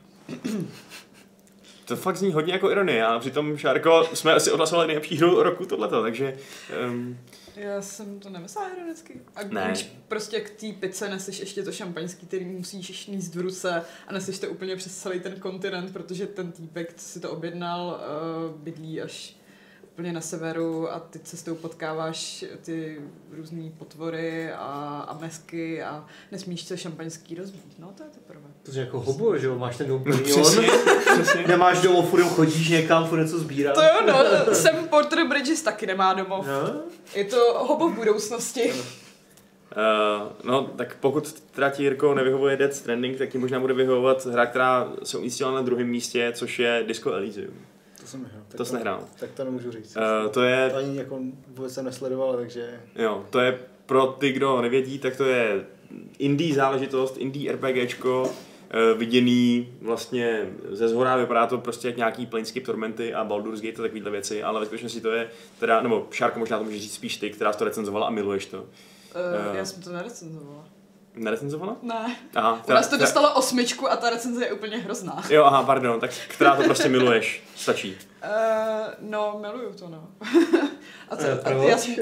To fakt zní hodně jako ironie, a přitom, Šárko, jsme asi odhlasovali nejlepší hru roku tohleto, takže... Um... Já jsem to nemyslela ironicky. A ne. Když prostě k té pice neseš ještě to šampaňský, který musíš níst v ruce a neseš to úplně přes celý ten kontinent, protože ten týpek, co si to objednal, uh, bydlí až úplně na severu a ty cestou potkáváš ty různý potvory a, a mesky a nesmíš to šampaňský rozbít. No to je to prvé. To je jako hobo, že jo? Máš ten dům plný přesně, přesně. Nemáš domov, furt chodíš někam, furt něco sbíráš. To jo, no, Sam Porter Bridges taky nemá domov. No? Je to hobo v budoucnosti. Uh, no, tak pokud teda ti, Jirko, nevyhovuje Death Stranding, tak ti možná bude vyhovovat hra, která se umístila na druhém místě, což je Disco Elysium. To jsem nehrál. To jsi nehrál. Tak to nemůžu říct. Uh, to je... To ani jako vůbec jsem nesledoval, takže... Jo, to je pro ty, kdo nevědí, tak to je indie záležitost, indie RPGčko, uh, viděný vlastně ze zhora, vypadá to prostě jak nějaký Planescape Tormenty a Baldur's Gate a takovýhle věci, ale ve skutečnosti to je teda, nebo Šárko, možná to můžeš říct spíš ty, která to recenzovala a miluješ to. Uh, uh, já jsem to nerecenzovala. Nerecenzovala? Ne. Aha, U nás to dostalo osmičku a ta recenze je úplně hrozná. Jo, aha, pardon, tak která to prostě miluješ, stačí. Uh, no, miluju to, no. a co, a já jsem...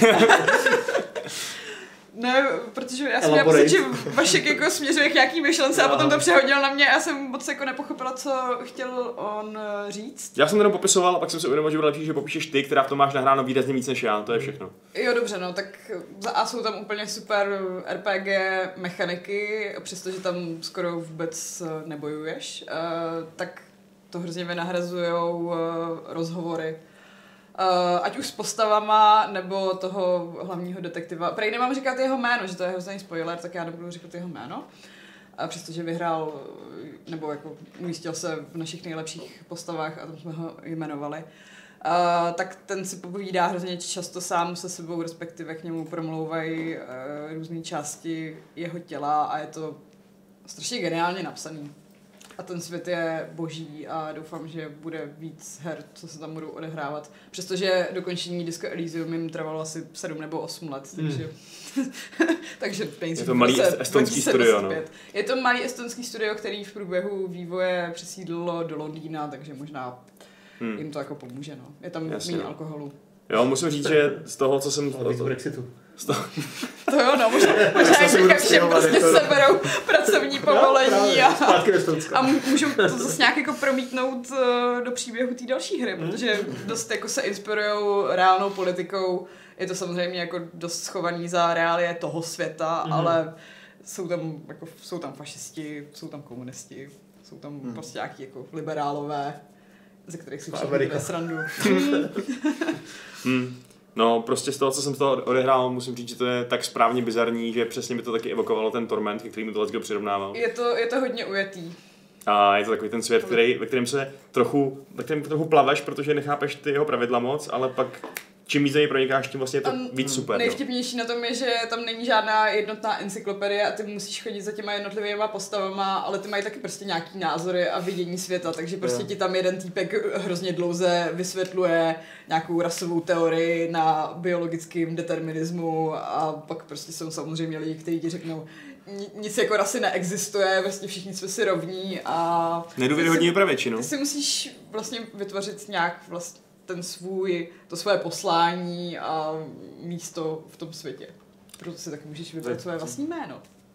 Ne, protože já jsem měla pocit, že Vašek jako směřuje k nějaký myšlence a potom to přehodil na mě a já jsem moc jako nepochopila, co chtěl on říct. Já jsem to jenom popisoval a pak jsem si uvědomil, že bylo lepší, že popíšeš ty, která v tom máš nahráno výrazně víc než já, to je všechno. Jo, dobře, no, tak za A jsou tam úplně super R P G mechaniky, přestože tam skoro vůbec nebojuješ, uh, tak to hrozně vynahrazujou uh, rozhovory. Uh, ať už s postavama, nebo toho hlavního detektiva. Prej nemám říkat jeho jméno, že to je hrozný spoiler, tak já nebudu říkat jeho jméno. A přestože vyhrál, nebo jako umístil se v našich nejlepších postavách a tam jsme ho jmenovali, uh, tak ten si povídá hrozně často sám se sebou, respektive k němu promlouvají uh, různé části jeho těla a je to strašně geniálně napsaný. a ten svět je boží a doufám, že bude víc her, co se tam budou odehrávat. Přestože dokončení Disco Elysium jim trvalo asi sedm nebo osm let, takže... Hmm. takže je to malý estonský studio, no. Je to malý estonský studio, který v průběhu vývoje přesídlilo do Londýna, takže možná hmm. jim to jako pomůže, no. Je tam méně alkoholu. Jo, musím říct, že z toho, co jsem... Z Brexitu. Z toho... To jo, no, možná, možná jim teďka všem prostě seberou pracovní povolení a, a můžou to zase nějak jako promítnout do příběhu té další hry, protože dost jako se inspirujou reálnou politikou. Je to samozřejmě jako dost schovaný za reálie toho světa, mm. ale jsou tam, jako, jsou tam fašisti, jsou tam komunisti, jsou tam mm. prostě nějaký jako liberálové, ze kterých si všichni dělají srandu. hmm. No, prostě z toho, co jsem z toho odehrál, musím říct, že to je tak správně bizarní, že přesně by to taky evokovalo ten Torment, ke kterému to Let's Go přirovnával. Je to, je to hodně ujetý. A je to takový ten svět, který, ve kterém se trochu, ve kterém trochu plaveš, protože nechápeš ty jeho pravidla moc, ale pak čím víc za něj pronikáš, tím vlastně je to um, víc super. Nejvtipnější no. na tom je, že tam není žádná jednotná encyklopedie a ty musíš chodit za těma jednotlivýma postavama, ale ty mají taky prostě nějaký názory a vidění světa, takže prostě ti tam jeden týpek hrozně dlouze vysvětluje nějakou rasovou teorii na biologickém determinismu a pak prostě jsou samozřejmě lidi, kteří ti řeknou, nic jako rasy neexistuje, vlastně všichni jsme si rovní a... Nedůvěryhodně pro většinu. Ty si musíš vlastně vytvořit nějak vlastně ten svůj, to svoje poslání a místo v tom světě. Proto si tak můžeš vybrat své vlastní jméno.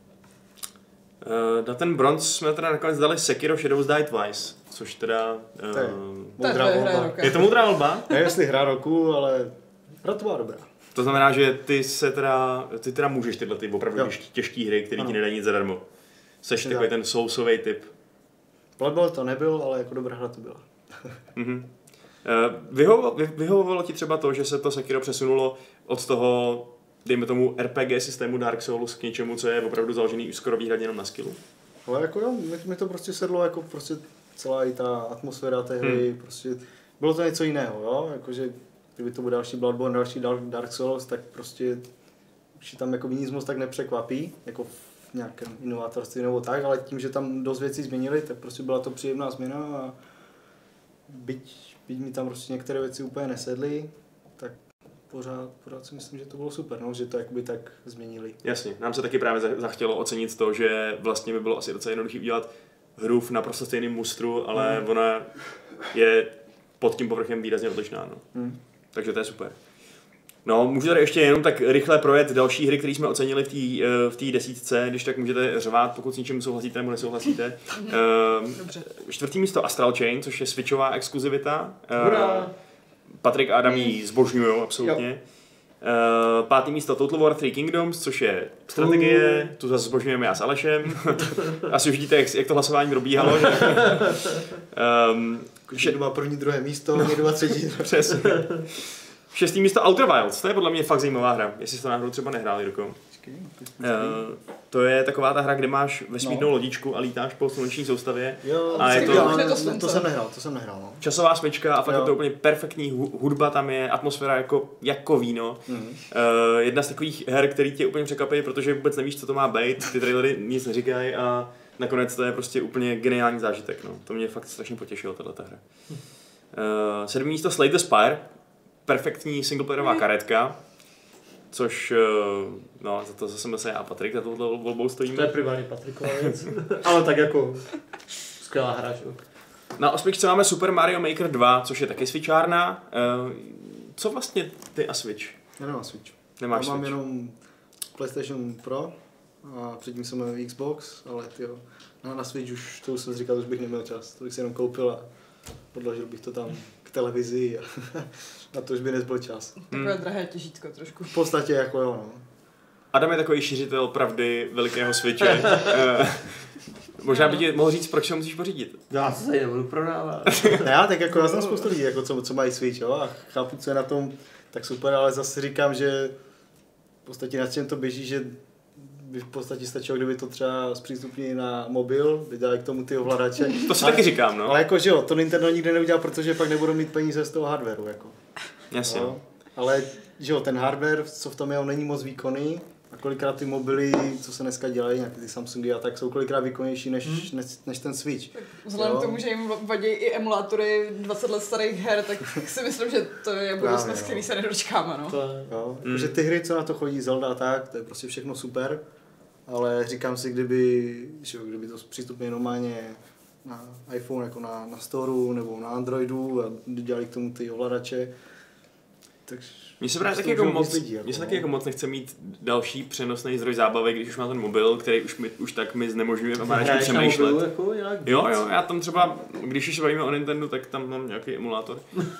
Uh, na ten bronz jsme teda nakonec dali Sekiro Shadows Die Twice, což teda... Uh, to je moudrá volba. Je to moudrá volba? Ne, jestli hra roku, ale hra to byla dobrá. To znamená, že ty se teda, ty teda můžeš tyhle ty opravdu jo. těžké hry, které ti nedají nic zadarmo. Seš takový ten soulsový typ. Bloodborne to nebyl, ale jako dobrá hra to byla. mm-hmm. Vyhovovalo, vyhovovalo ti třeba to, že se to Sekiro přesunulo od toho, dejme tomu, R P G systému Dark Souls k něčemu, co je opravdu založený skoro výhradně jenom na skillu? Ale jako jo, mi to prostě sedlo, jako prostě celá i ta atmosféra té hry, hmm. prostě bylo to něco jiného, jo, jakože kdyby to byl další Bloodborne, další Dark Souls, tak prostě už tam jako nic moc tak nepřekvapí, jako v nějakém inovátorství nebo tak, ale tím, že tam dost věcí změnili, tak prostě byla to příjemná změna a byť Byť mi tam prostě některé věci úplně nesedly, tak pořád, pořád si myslím, že to bylo super, no, že to jakoby tak změnili. Jasně, nám se taky právě zachtělo ocenit to, že vlastně by bylo asi docela jednoduché udělat hru v naprosto stejném mustru, ale mm. ona je pod tím povrchem výrazně odlišná, no. Mm. Takže to je super. No, můžu tady ještě jenom tak rychle projet další hry, které jsme ocenili v té v té desítce, když tak můžete řvát, pokud s něčím souhlasíte nebo nesouhlasíte. Dobře. Čtvrtý místo Astral Chain, což je switchová exkluzivita. Hurá. Patrik a Adam ji zbožňujou absolutně. Jo. Pátý místo Total War Three Kingdoms, což je strategie, tu zase zbožňujeme já s Alešem. Asi už vidíte, jak, jak to hlasování probíhalo. Že? um, Kdo má první, druhé místo, někdo má třetí. Přesně. Šestý místo Outer Wilds, to je podle mě fakt zajímavá hra, jestli jste to náhodou třeba nehráli, Jirko. Uh, to je taková ta hra, kde máš vesmírnou no. lodičku a lítáš po sluneční soustavě. Jo, a je to, to, to jsem nehrál, to jsem nehrál. No. Časová smyčka a fakt jo. je to úplně perfektní hudba tam je, atmosféra jako, jako víno. Mm-hmm. Uh, jedna z takových her, který tě úplně překvapí, protože vůbec nevíš, co to má být, ty trailery nic neříkají a nakonec to je prostě úplně geniální zážitek. No. To mě fakt strašně potěšilo, tato hra. Uh, sedmý místo Slay the Spire. Perfektní singleplayerová karetka, což, no, za to zase se já a Patrik, za touhle volbou stojíme. To je privátní Patriková věc, ale tak jako skvělá hra, že? Na osmičce máme Super Mario Maker dva, což je taky switchárna. Co vlastně ty a Switch? Já nemám Switch. Nemáš Já mám Switch. jenom PlayStation Pro a předtím jsem měl Xbox, ale tyjo, na Switch už, to už jsem říkal, už bych neměl čas, to bych si jenom koupil a podložil bych to tam k televizi a na to už by nezbyl čas. Takové hmm. drahé těžítko trošku. V podstatě jako jo, no. Adam je takový šiřitel pravdy velikého Switche. Možná by ti mohl říct, proč se musíš pořídit. Já se tady nebudu prodávat. Ne, já tak jako já znám spoustu lidí, jako co, co mají Switch, jo, a chápu, co je na tom tak super, ale zase říkám, že v podstatě na čem to běží, že by v podstatě stačilo, kdyby to třeba zpřístupnili na mobil, vydali k tomu ty ovladače. To si ale, taky říkám, no. Ale jako, že jo, to Nintendo nikdy neudělá, protože pak nebudou mít peníze z toho hardwareu, jako. Jasně. No. Ale, že jo, ten hardware, co v tom je, on není moc výkonný, A kolikrát ty mobily, co se dneska dělají, nějaké ty Samsungy a tak, jsou kolikrát výkonnější než, hmm. než, než ten Switch. Tak vzhledem k tomu, že jim vadí i emulátory dvacet let starých her, tak si myslím, že to je budoucnost, který se nedočkáme. No. To je, jo, hmm. Že ty hry, co na to chodí, Zelda a tak, to je prostě všechno super. Ale říkám si, kdyby, že, kdyby to přístupně normálně na iPhone, jako na, na Storeu nebo na Androidu a dělali k tomu ty ovladače, tak... Mně se právě taky jako moc, lidí, jako, se taky jako moc nechce mít další přenosný zdroj zábavy, když už má ten mobil, který už, mi, už tak mi znemožňuje ovladačky přemýšlet. Mobilu, jako jo, jo, já tam třeba, když už se bavíme o Nintendo, tak tam mám nějaký emulátor.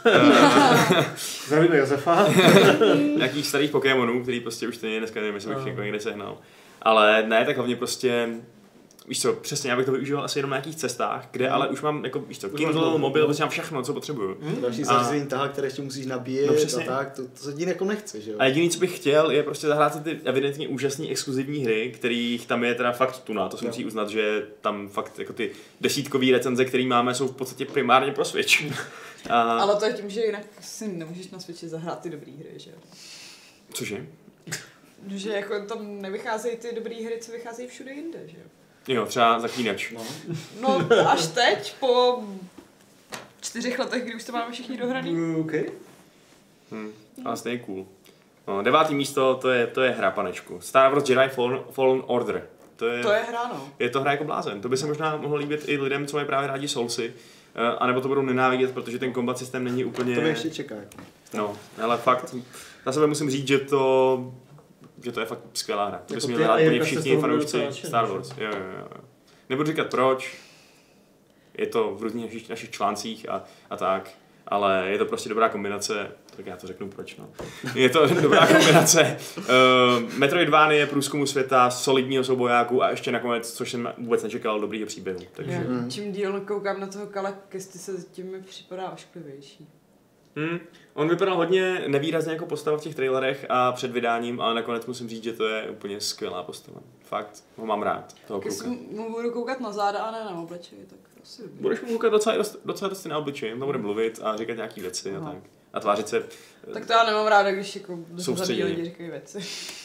Zdravíme Josefa. Nějakých starých Pokémonů, který prostě už stejně dneska nevím, jestli bych jako někde sehnal. Ale ne, tak hlavně prostě, víš co, přesně, já bych to využíval asi jenom na nějakých cestách, kde ale už mám, jako, víš co, Kindle, mobil, prostě mám všechno, co potřebuju. Hmm. Další zařízení tahá, které ještě musíš nabíjet no, a tak, to, to se dín jako nechce, že jo? A jediný, co bych chtěl, je prostě zahrát si ty evidentně úžasné exkluzivní hry, kterých tam je teda fakt tuna, to se musí uznat, že tam fakt jako ty desítkový recenze, které máme, jsou v podstatě primárně pro Switch. A... Ale to je tím, že jinak si nemůžeš na Switchi zahrát ty dobrý hry, že jo? Cože? Že jako tam nevycházejí ty dobré hry, co vycházejí všude jinde, že jo? Jo, třeba Zaklínač. No. no až teď, po čtyřech letech, kdy už to máme všichni dohraný. OK. Hmm, ale stejně cool. No, devátý místo, to je, to je hra, panečku. Star Wars Jedi Fallen, Fallen Order. To je, to je hra, no. Je to hra jako blázen. To by se možná mohlo líbit i lidem, co mají právě rádi Soulsy. Uh, anebo to budou nenávidět, protože ten combat systém není úplně... To mě ještě čeká. No, ale fakt, na sebe musím říct, že to... že to je fakt skvělá hra. To by si měli hrát úplně všichni fanoušci Star Wars. Jo, jo, jo. Nebudu říkat proč, je to v různých našich, našich článcích a, a tak, ale je to prostě dobrá kombinace, tak já to řeknu proč, no. Je to dobrá kombinace uh, Metroidvanie, průzkumu světa, solidního soubojáku a ještě nakonec, což jsem vůbec nečekal, dobrýho příběhu. Takže... Mm. Čím díl koukám na toho Kala Kesty, se tím mi připadá ošklivější. Hmm. On vypadal hodně nevýrazně jako postava v těch trailerech a před vydáním, ale nakonec musím říct, že to je úplně skvělá postava. Fakt, ho mám rád, toho kluka. Když mu budu koukat na záda a ne na obličeji, tak asi... Budeš mu koukat docela, docela dost na obličeji, tam bude mluvit a říkat nějaký věci a tak. A tvářit se... Tak to já nemám ráda, když jako zabíjí lidi říkají věci.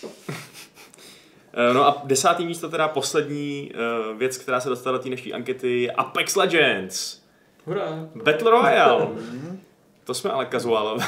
No a desátý místo, teda poslední uh, věc, která se dostala do té naší ankety, je Apex Legends. Hurá. Battle Royale. To jsme ale kazuálové.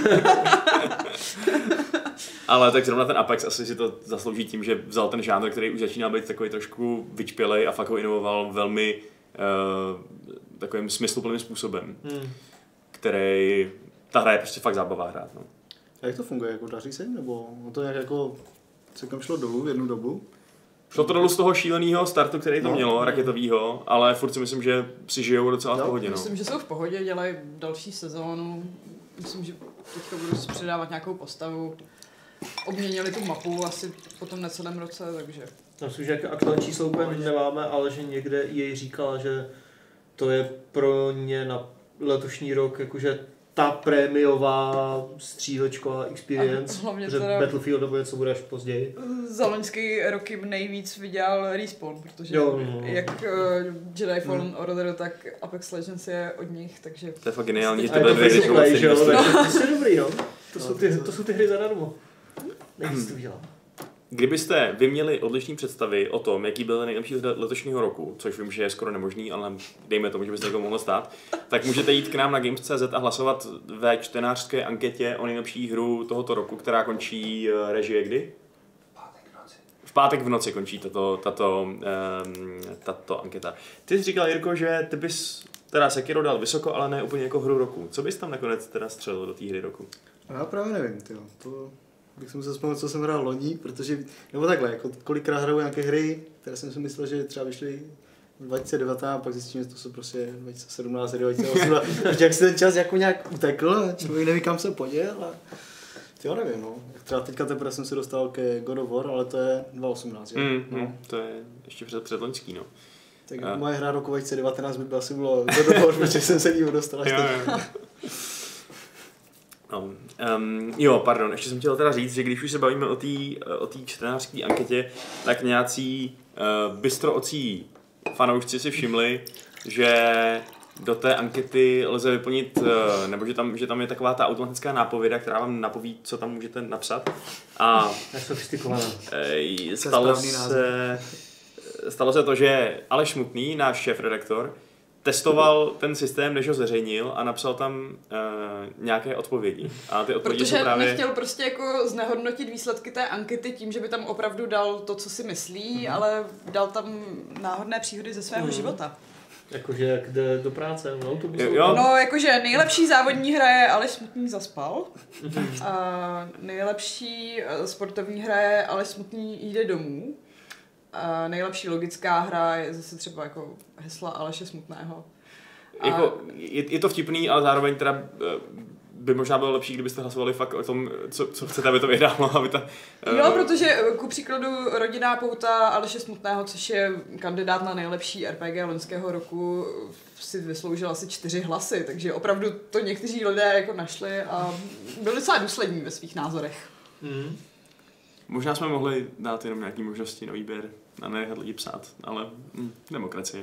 Ale tak zrovna ten Apex asi si to zaslouží tím, že vzal ten žánr, který už začíná být takový trošku vyčpělej a fakt ho inovoval velmi uh, takovým smysluplným způsobem, hmm. který ta hra je prostě fakt zábavá hrát. No. A jak to funguje? Jako daří se? Nebo to nějak jako celkem šlo dolů v jednu dobu? Šlo to dolů z toho šíleného startu, který to no, mělo, raketovýho, ale furt si myslím, že si žijou docela v pohodě. No. Myslím, že jsou v pohodě, dělají další sezónu. Myslím, že teďka budou si předávat nějakou postavu. Obměnili tu mapu asi po tom necelém roce, takže... Myslím, že aktuální číslo úplně nemáme, ale že někde jej říkala, že to je pro ně na letošní rok jakože ta prémiová střílečková experience, že Battlefield nebo něco bude až později. Za loňský rok jim nejvíc vydělal Respawn, protože jo, no. jak uh, Jedi Fallen no. Order, tak Apex Legends je od nich, takže... To je fakt geniální, že to bude dvě věci. To je dobrý, no. To jsou ty, to jsou ty hry zadarmo. Nejvíc to udělám. Kdybyste vy měli odlišné představy o tom, jaký byl nejlepší letošního roku, což vím, že je skoro nemožný, ale dejme tomu, že by se to mohlo stát, tak můžete jít k nám na Games tečka cé zet a hlasovat ve čtenářské anketě o nejlepší hru tohoto roku, která končí režie kdy? V pátek v noci končí tato, tato, um, tato anketa. Ty jsi říkal, Jirko, že ty bys teda Sekiro dal vysoko, ale ne úplně jako hru roku. Co bys tam nakonec teda střelil do té hry roku? Já právě nevím, tyjo. To... bych si musel vzpomenout, co jsem hrál loni, protože, nebo takhle, jako kolikrát hraju nějaké hry, které jsem si myslel, že třeba vyšly dva tisíce devatenáct, a pak zjistím, že to jsou prostě dva tisíce sedmnáct, dva tisíce osmnáct, protože jak se ten čas jako nějak utekl, člověk neví, kam se poděl a jo, nevím, no. Třeba teďka teprve jsem se dostal ke God of War, ale to je dva tisíce osmnáct, jo? Mm, no. mm, to je ještě před, před loňský, no. Tak a... moje hra roku dva tisíce devatenáct by byla asi bylo God of War, protože jsem se díval dostal až teď. No, um, jo, pardon, ještě jsem chtěl teda říct, že když už se bavíme o té o té čtenářské anketě, tak nějací uh, bystroocí fanoušci si všimli, že do té ankety lze vyplnit, nebo že tam, že tam je taková ta automatická nápověda, která vám napoví, co tam můžete napsat. A stalo se, stalo se to, že Aleš Smutný, náš šéfredaktor, testoval ten systém, než ho zveřejnil a napsal tam uh, nějaké odpovědi. A ty odpovědi Protože jsou právě... nechtěl prostě jako znehodnotit výsledky té ankety tím, že by tam opravdu dal to, co si myslí, mm. ale dal tam náhodné příhody ze svého mm. života. Jakože jak jde do práce, no to by No, jakože nejlepší závodní hra je Aleš Smutný zaspal. A nejlepší sportovní hra je Aleš Smutný jde domů. A nejlepší logická hra je zase třeba jako hesla Aleše Smutného. A... Jako, je, je to vtipný, ale zároveň teda by možná bylo lepší, kdybyste hlasovali fakt o tom, co, co chcete, aby to vyhrálo. Aby ta, jo, uh... protože ku příkladu Rodinná pouta Aleše Smutného, což je kandidát na nejlepší R P G loňského roku, si vysloužil asi čtyři hlasy, takže opravdu to někteří lidé jako našli a byli docela důslední ve svých názorech. Mm. Možná jsme mohli dát jenom nějaké možnosti na výběr a nenechat lidi psát, ale hm, demokracie.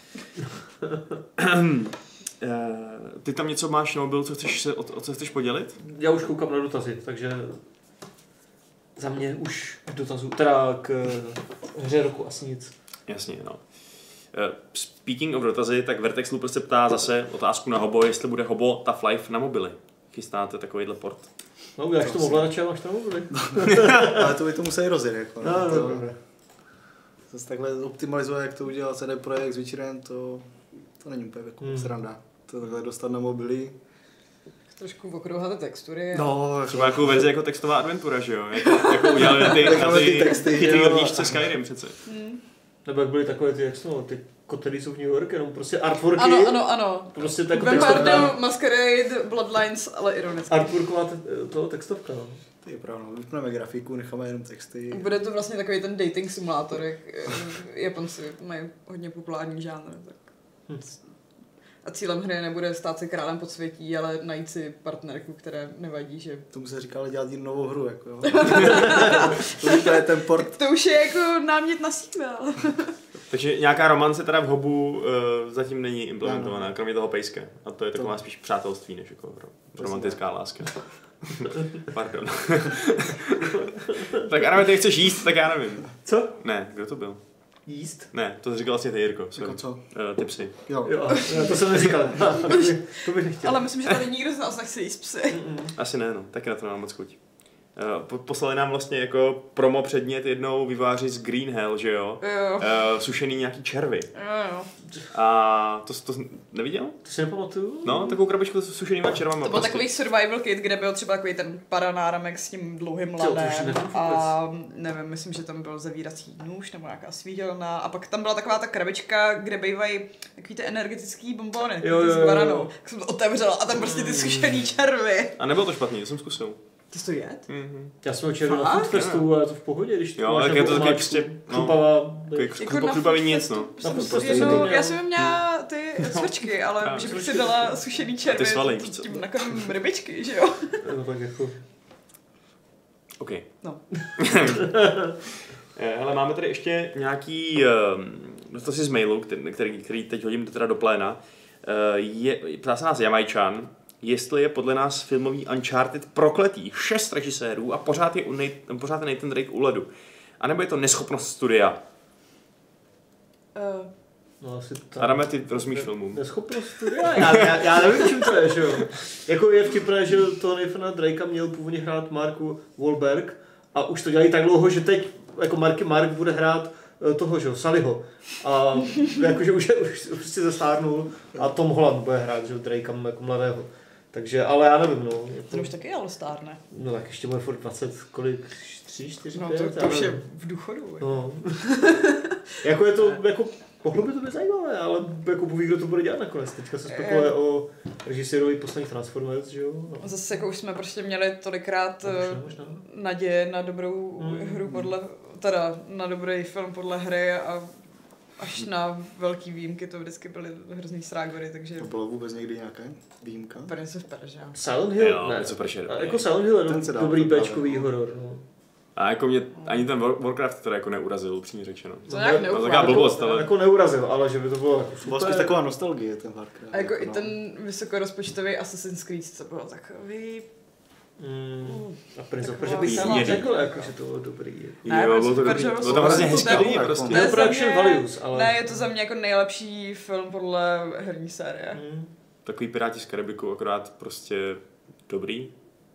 Ty tam něco máš na mobilu, co chceš se, o, o co chceš podělit? Já už koukám na dotazy, takže za mě už k dotazu, teda k hře roku asi nic. Jasně, no. Speaking of dotazy, tak Vertex Looper se ptá zase otázku na Hobo, jestli bude Hobo Tough Life na mobily. Chystáte takovýhle port? No, uděláš to ovladače a máš to na mobily. Ale to by to museli rozjet, jako. No, no, to, no. Zase takhle optimalizovat, jak to udělal C D Projekt s Witcherem, to, to není úplně jako hmm. sranda. To takhle dostat na mobily. Trošku okrouhat textury. No, třeba nějakou verzi jako textová adventura, že jo? Jako, jako udělali ty, ty, ty texty, chytrý od nížce Skyrim přece. Hmm. Nebo jak byly takové ty, jak jsou, ty kotedy jsou v New York, jenom prostě artworky. Ano, ano, ano. Prostě tak Vampire Masquerade, Bloodlines, ale ironicky. Artworková toho textovka, no. To je pravda, vypneme grafiku, necháme jenom texty. Bude to vlastně takový ten dating simulátor, jak Japonci mají hodně populární žánr. Tak. Hmm. A cílem hry nebude stát se králem podsvětí, ale najít si partnerku, které nevadí, že... Tomu se říká, ale dělat jen novou hru, jako jo. To je ten port. To už je jako námět na sequel. Takže nějaká romance teda v Hobu uh, zatím není implementovaná, no. Kromě toho pejska. A to je taková to... spíš přátelství, než jako romantická láska. Pardon. Tak Arame, ty chceš jíst, tak já nevím. Co? Ne, kdo to byl? Jíst? Ne, to říkal vlastně ty, Jirko. Jako co? Uh, ty psy. Jo. jo, to jsem neříkal. To bych nechtěl. Ale myslím, že tady nikdo z nás nechce jíst psy. Asi ne, no. Taky na to nemám moc chuť. Uh, poslali nám vlastně jako promo předmět jednou výváři z Green Hell, že jo? Jo. Uh, sušený nějaký červy. Jo, jo. A to, to neviděl? To si nepamatuju. No, takovou krabičku s sušenýma červama. To byl takový survival kit, kde byl třeba takový ten paranáramek s tím dlouhým ladem a nevím, myslím, že tam byl zavírací nůž nebo nějaká svídelna a pak tam byla taková ta krabička, kde bývají takový ty energetický bonbony, ty s guaranou. Tak jsem to otevřela a tam prostě ty sušený červy. A nebylo to špatný, to jsem zkusil. Ty jsi to jet? Mm-hmm. Já jsem ho čeril na Food Festu, ale to v pohodě, když jo, tak je to taky prostě chrupavá. Chrupavý nic, no. Jednou, já jsem měla ty svrčky, ale že bych si dala sušený červy. Ty svaly, s tím nakrmím rybičky, že jo? No tak jako... OK. No. Hele, máme tady ještě nějaký, um, to si z mailu, který, který, který teď hodím teda do pléna. Uh, je, ptá se nás Jamajčan, jestli je podle nás filmový Uncharted prokletý, šest režisérů a pořád je, Nathan, pořád je Nathan Drake u ledu. A nebo je to neschopnost studia? Uh, no asi tak. Adame, ty rozumíš ne, filmům. Neschopnost studia? Já, já, já nevím, čím to je, že jo. Jako je vtipné, že toho Nathana Drakea měl původně hrát Marku Wahlberg a už to dělají tak dlouho, že teď jako Marky Mark bude hrát toho, že jo, Sullyho. A jakože už, už, už si zestárnul a Tom Holland bude hrát, že jo, Drakea jako mladého. Takže, ale já nevím, no. Ten už taky ale stárne. No tak ještě bude furt dvacet, kolik, tři, čtyři, no, pět? No to, to už je v důchodu. No. Jako je to, jako, mohlo by to být zajímavé, ale jako poví, kdo to bude dělat nakonec. Teďka se spekuluje o režisérovi posledních Transformers, že jo? No. Zase jako už jsme prostě měli tolikrát no, možná, možná. naděje na dobrou mm. hru podle, teda na dobrý film podle hry a až na velký výjimky to vždycky byly hrozný srágory, takže... To bylo vůbec někdy nějaké výjimka? Prince of Persia. Silent Hill? Jo, ne. Prince of Persia. A jako Silent Hill je do, dobrý béčkový horor, no. A jako mě ani ten Warcraft teda jako neurazil, upřímně řečeno. To nějak no, taková blbost, ale... Jako neurazil, ale že by to bylo jako super. Vlastně taková nostalgie ten Warcraft. A jako jako i no. ten vysokorozpočtový Assassin's Creed, to bylo takový... Mm, a Prince of Persia Taková bych sám je- řekl, jako, že to bylo dobrý. Ne, Jo, bylo to Prince of dobrý. Persia Bylo tam hrozně hezký super. lidi prostě. To je Ne, za production mě- values, ale... Ne, je to za mě jako nejlepší film podle herní série. Mm. Takový Piráti z Karibiku, akorát prostě dobrý.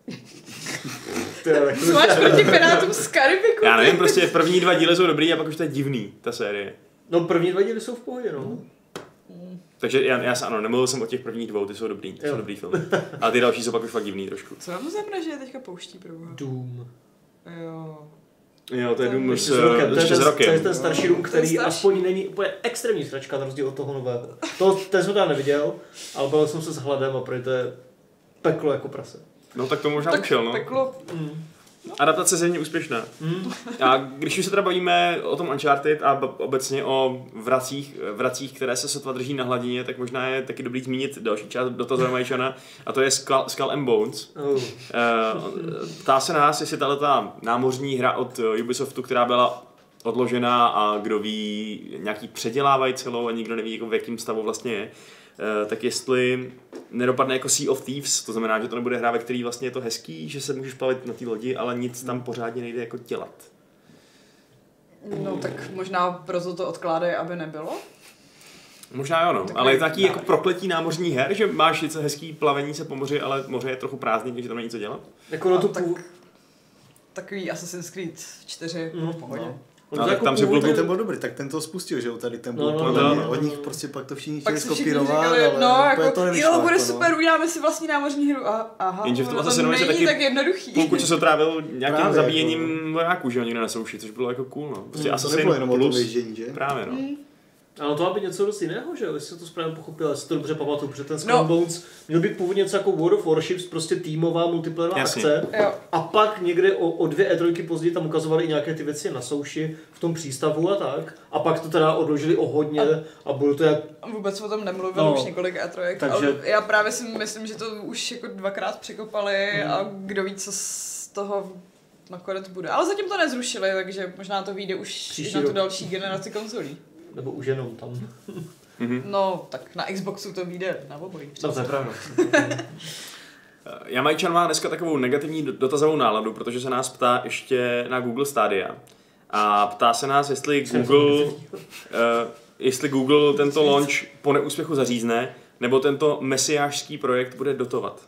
To je Co máš proti Pirátům z Karibiku? Já nevím, prostě první dva díly jsou dobrý a pak už to je divný, ta série. No první dva díly jsou v pohodě, no. Takže já, já se ano, nemluvil jsem o těch prvních dvou, ty jsou dobrý, ty Jo. jsou dobrý filmy. A ty další jsou pak už fakt divný trošku. Co vám zemne, že je teďka pouští proboha? Doom. Jo. Jo, to je To Doom je s, S rokem. To je ještě s ten- To je rokem. ten starší Doom, který starší. aspoň není úplně extrémní sračka na rozdíl od toho nového. To, ten jsem tam neviděl, ale byl jsem se s hladem a prý to je peklo jako prase. No tak to možná Tak učil, no. peklo. Mm. Adaptace je zřejmě úspěšná. Mm. A když už se teda bavíme o tom Uncharted a b- obecně o vracích, vracích, které se sotva drží na hladině, tak možná je taky dobrý zmínit další část dotazu na Majčana, a to je Skull, Skull and Bones. Oh. Uh, ptá se nás, jestli tato námořní hra od Ubisoftu, která byla odložená a kdo ví, nějaký předělávají celou a nikdo neví, jako v jakém stavu vlastně je, uh, tak jestli nedopadne jako Sea of Thieves, to znamená, že to nebude hra, ve který vlastně je to hezký, že se můžeš plavit na té lodi, ale nic tam pořádně nejde jako dělat. No tak možná proto to odkládají, aby nebylo. Možná jo, no. Tak Ale je to ne- taky jako prokletí námořní her, že máš sice hezký plavení se po moři, ale moře je trochu prázdný, takže tam není co dělat. Jako na A tu tak- půl... Takový Assassin's Creed čtyři No, v pohodě. no. No, tak jako tam si původně- byl- Ten byl dobrý, tak ten to spustil, že jo, tady ten byl No, no, podle no, mě. no, Od no, nich no. prostě pak to všichni Pak chtěli si všichni skopírovat, říkali, ale no úplně jako, to nevyšlo. jo, bude jako, super, uděláme si vlastní námořní hru. A, aha, Jenže v tom ono to Assassinovi se není taky tak jednoduchý. Půlku času trávil nějakým Právě, zabíjením jako- vojáků, že jo, někde na souši, což bylo jako cool, no. Prostě To Assassin nebylo jenom o tom plus, ježdění, že? právě, no. Ale to má být něco dost jiného, že jo? Jestli jsem to správně pochopil, jestli to dobře pamatuju, protože ten Skull No. and Bones měl být původně něco jako World of Warships, prostě týmová multiplayerová Jasně. akce. Jo. A pak někde o, o dvě E tři později tam ukazovali i nějaké ty věci na souši, v tom přístavu a tak. A pak to teda odložili o hodně a, a bylo to jak... Vůbec o tom nemluvil No. už několik E tři, Takže- ale já právě si myslím, že to už jako dvakrát překopali Mhm. a kdo ví, co z toho nakonec bude. Ale zatím to nezrušili, takže možná to vyjde už Příští na tu rok. další generaci konzolí. Nebo už jenom tam. Mhm. No, tak na Xboxu to vyjde na obojí. No to je pravda. Jamajčan má dneska takovou negativní do- dotazovou náladu, protože se nás ptá ještě na Google Stadia. A ptá se nás, jestli Google, uh, jestli Google tento launch po neúspěchu zařízne, nebo tento mesiářský projekt bude dotovat.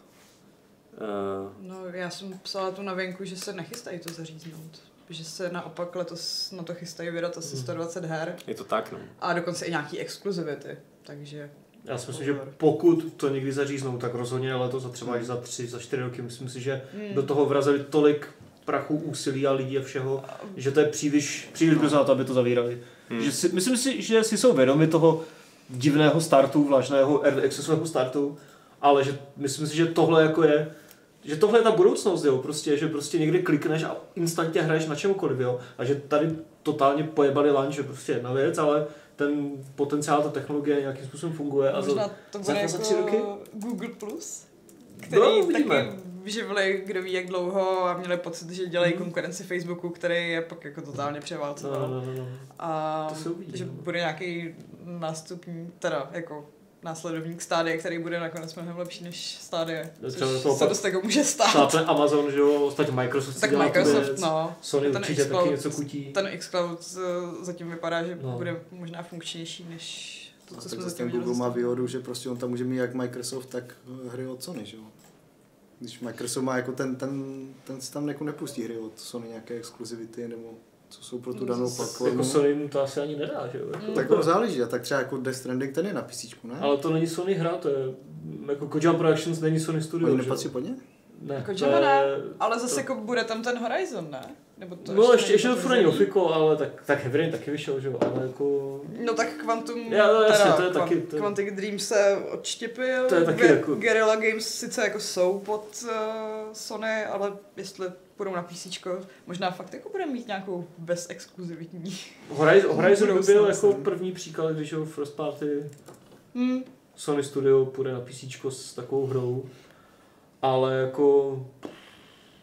Uh, No, já jsem psala tu novinku, že se nechystají to zaříznout. Že se naopak letos na to chystají vydat asi sto dvacet her je to tak, no. a dokonce i nějaký exkluzivity. Takže Já si myslím, že pokud to někdy zaříznou, tak rozhodně ne letos a třeba i za tři, za čtyři roky. Myslím si, že Hmm. do toho vrazili tolik prachu, úsilí a lidí a všeho, že to je příliš, příliš brzo na to, aby to zavírali. Hmm. Že si, myslím si, že si jsou vědomi toho divného startu, vlažného early accessového startu, ale že myslím si, že tohle jako je, že tohle je ta budoucnost, jo, prostě, že prostě někdy klikneš a instantně hraješ na čemukoliv, jo, a že tady totálně pojebali launch, je prostě jedna věc, ale ten potenciál, ta technologie nějakým způsobem funguje. A možná za, to za, bude za jako tři roky? Google Plus, který No, no, uvidíme. taky živili kdo ví jak dlouho a měli pocit, že dělají Mhm. konkurenci Facebooku, který je pak jako totálně No, převálcoval. no, no, no. A To se uvidí, že no. bude nějaký nástupní, teda jako následovník Stadia, který bude nakonec mnohem lepší než Stadia, No, což třeba to se pak- dost jako může stát. Šlápne Amazon, že jo, ostatně Microsoft si Tak dělá tu Microsoft, věc. no. Sony ten určitě xCloud- taky něco kutí. Ten xCloud eh, zatím vypadá, že No. bude možná funkčnější než to, A co tak jsme zase zatím ten Google viděli. má výhodu, že prostě on tam může mít jak Microsoft, tak hry od Sony, že jo. Když Microsoft má jako ten, ten, ten si tam jako nepustí hry od Sony, nějaké exkluzivity nebo co jsou pro tu danou Zase platformu. Jako Sony mu to asi ani nedá, že jo. Jako, Tak to záleží, a tak třeba jako Death Stranding ten je na písíčku, ne? ale to není Sony hra, to je jako Kojima Productions není Sony Studio, Oni že jo. nepatří pod ně? Ne, Kojima to ne, je- ale zase to- jako bude tam ten Horizon, ne? Nebo to No ještě, není ještě to furt není potvrzený? ofiko, ale tak, tak Heavy Rain taky vyšel, že jo, ale jako... No tak Quantum, Já, no, jasně, teda, to je Quant- taky- to je- Quantic Dream se odštěpil, To je taky Ge- jako- Guerrilla Games sice jako jsou pod uh, Sony, ale jestli půjdou na písíčko, možná fakt jako bude mít nějakou bezexkluzivitní. Horizon, Horizon by byl Budoucnost, jako no. první příklad, když jo First Party Hmm. Sony Studio půjde na písíčko s takovou hrou, ale jako...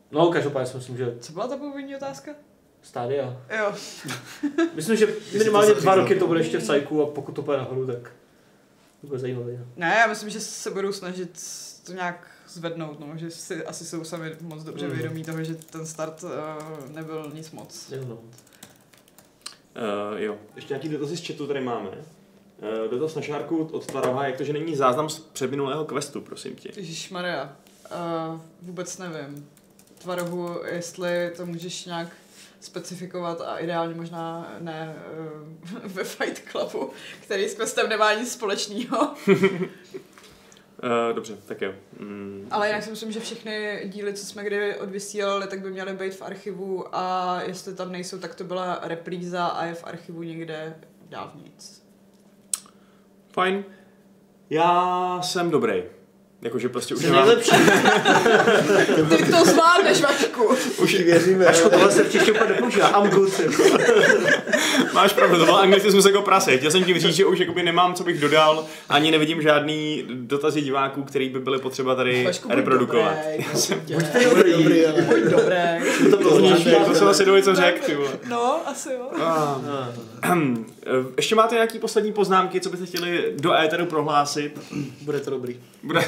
No, každopádně si myslím, že... Co byla ta původní otázka? Stádia. Jo. Myslím, že minimálně dva roky to bude ještě v Sajku a pokud to půjde nahoru, tak to bude zajímavé. Ne? Ne, já myslím, že se budou snažit to nějak zvednout, no, že si asi jsou sami moc dobře Mm. vědomí toho, že ten start uh, nebyl nic moc. No. Uh, jo, ještě nějaký dotazy z chatu tady máme. Uh, dotaz na šárku od Tvarova, jak to, že není záznam z předminulého questu, prosím tě. Ježišmarja, uh, vůbec nevím. Tvarohu, jestli to můžeš nějak specifikovat a ideálně možná ne uh, ve Fight Clubu, který s questem nemá nic společného. Uh, dobře, tak jo. Mm. Ale jinak si myslím, že všechny díly, co jsme kdy odvysílali, tak by měly být v archivu a jestli tam nejsou, tak to byla repríza a je v archivu někde dávnic. Fajn. Já jsem dobrý. Jakože prostě už Jsi nemám... nejlepší. Ty to zvládneš, Vašku! Už ti věříme. Vašku, tohle se příště úplně nepoužívá. I'm good. Máš pravdu, to byl anglicismus jako prase. Chtěl jsem tím říct, že už jakoby nemám, co bych dodal, ani nevidím žádný dotazy diváků, který by byly potřeba tady Vašku, buď reprodukovat. dobrý, prosím tě. Buďte dobrý, dobrý, ale... Buď dobrý. To bylo Znější, to jsem asi dověděl, co řekl, ty vole. No, asi jo. Ah. Ještě máte nějaký poslední poznámky, co byste chtěli do éteru prohlásit? Bude to dobrý. Bude...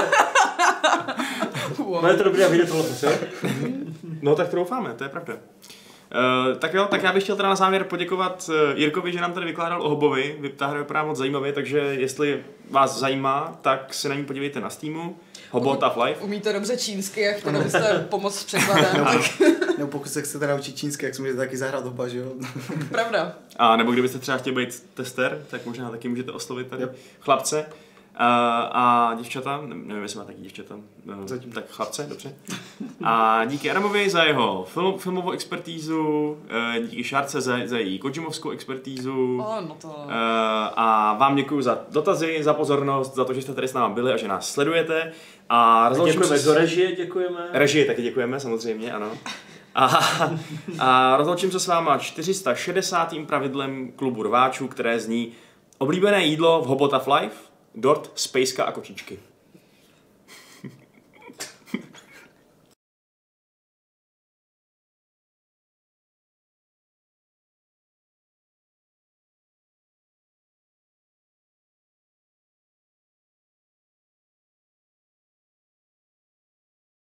Bude to dobrý a vyjde tohle, jo? No tak to doufáme, to je pravda. Uh, tak jo, tak já bych chtěl teda na závěr poděkovat uh, Jirkovi, že nám tady vykládal o Hobovi. Ta hra vypadá moc zajímavě, takže jestli vás zajímá, tak se na ní podívejte na Steamu. Hobo Tough Life. Umíte dobře čínsky a chtěli byste pomoct s překladem, tak Nebo pokud se chcete naučit čínsky, jak si můžete taky zahrát Hoba, že jo? pravda. A nebo kdybyste třeba chtěli být tester, tak možná taky můžete oslovit tady Yep. chlapce. Uh, a děvčata, nevím, jestli má taky děvčata, uh, Zatím. tak chlapce, dobře. A díky Adamovi za jeho film, filmovou expertízu, uh, díky Šárce za, za její Kojimovskou expertízu. O, no to... Uh, a vám děkuji za dotazy, za pozornost, za to, že jste tady s námi byli a že nás sledujete. A Děkujeme se... do režie, děkujeme. Režii taky děkujeme, samozřejmě, ano. A, a rozloučím se s váma čtyři sta šedesátým pravidlem klubu rváčů, které zní oblíbené jídlo v Hobo Tough Life, dort, spejska a kočičky.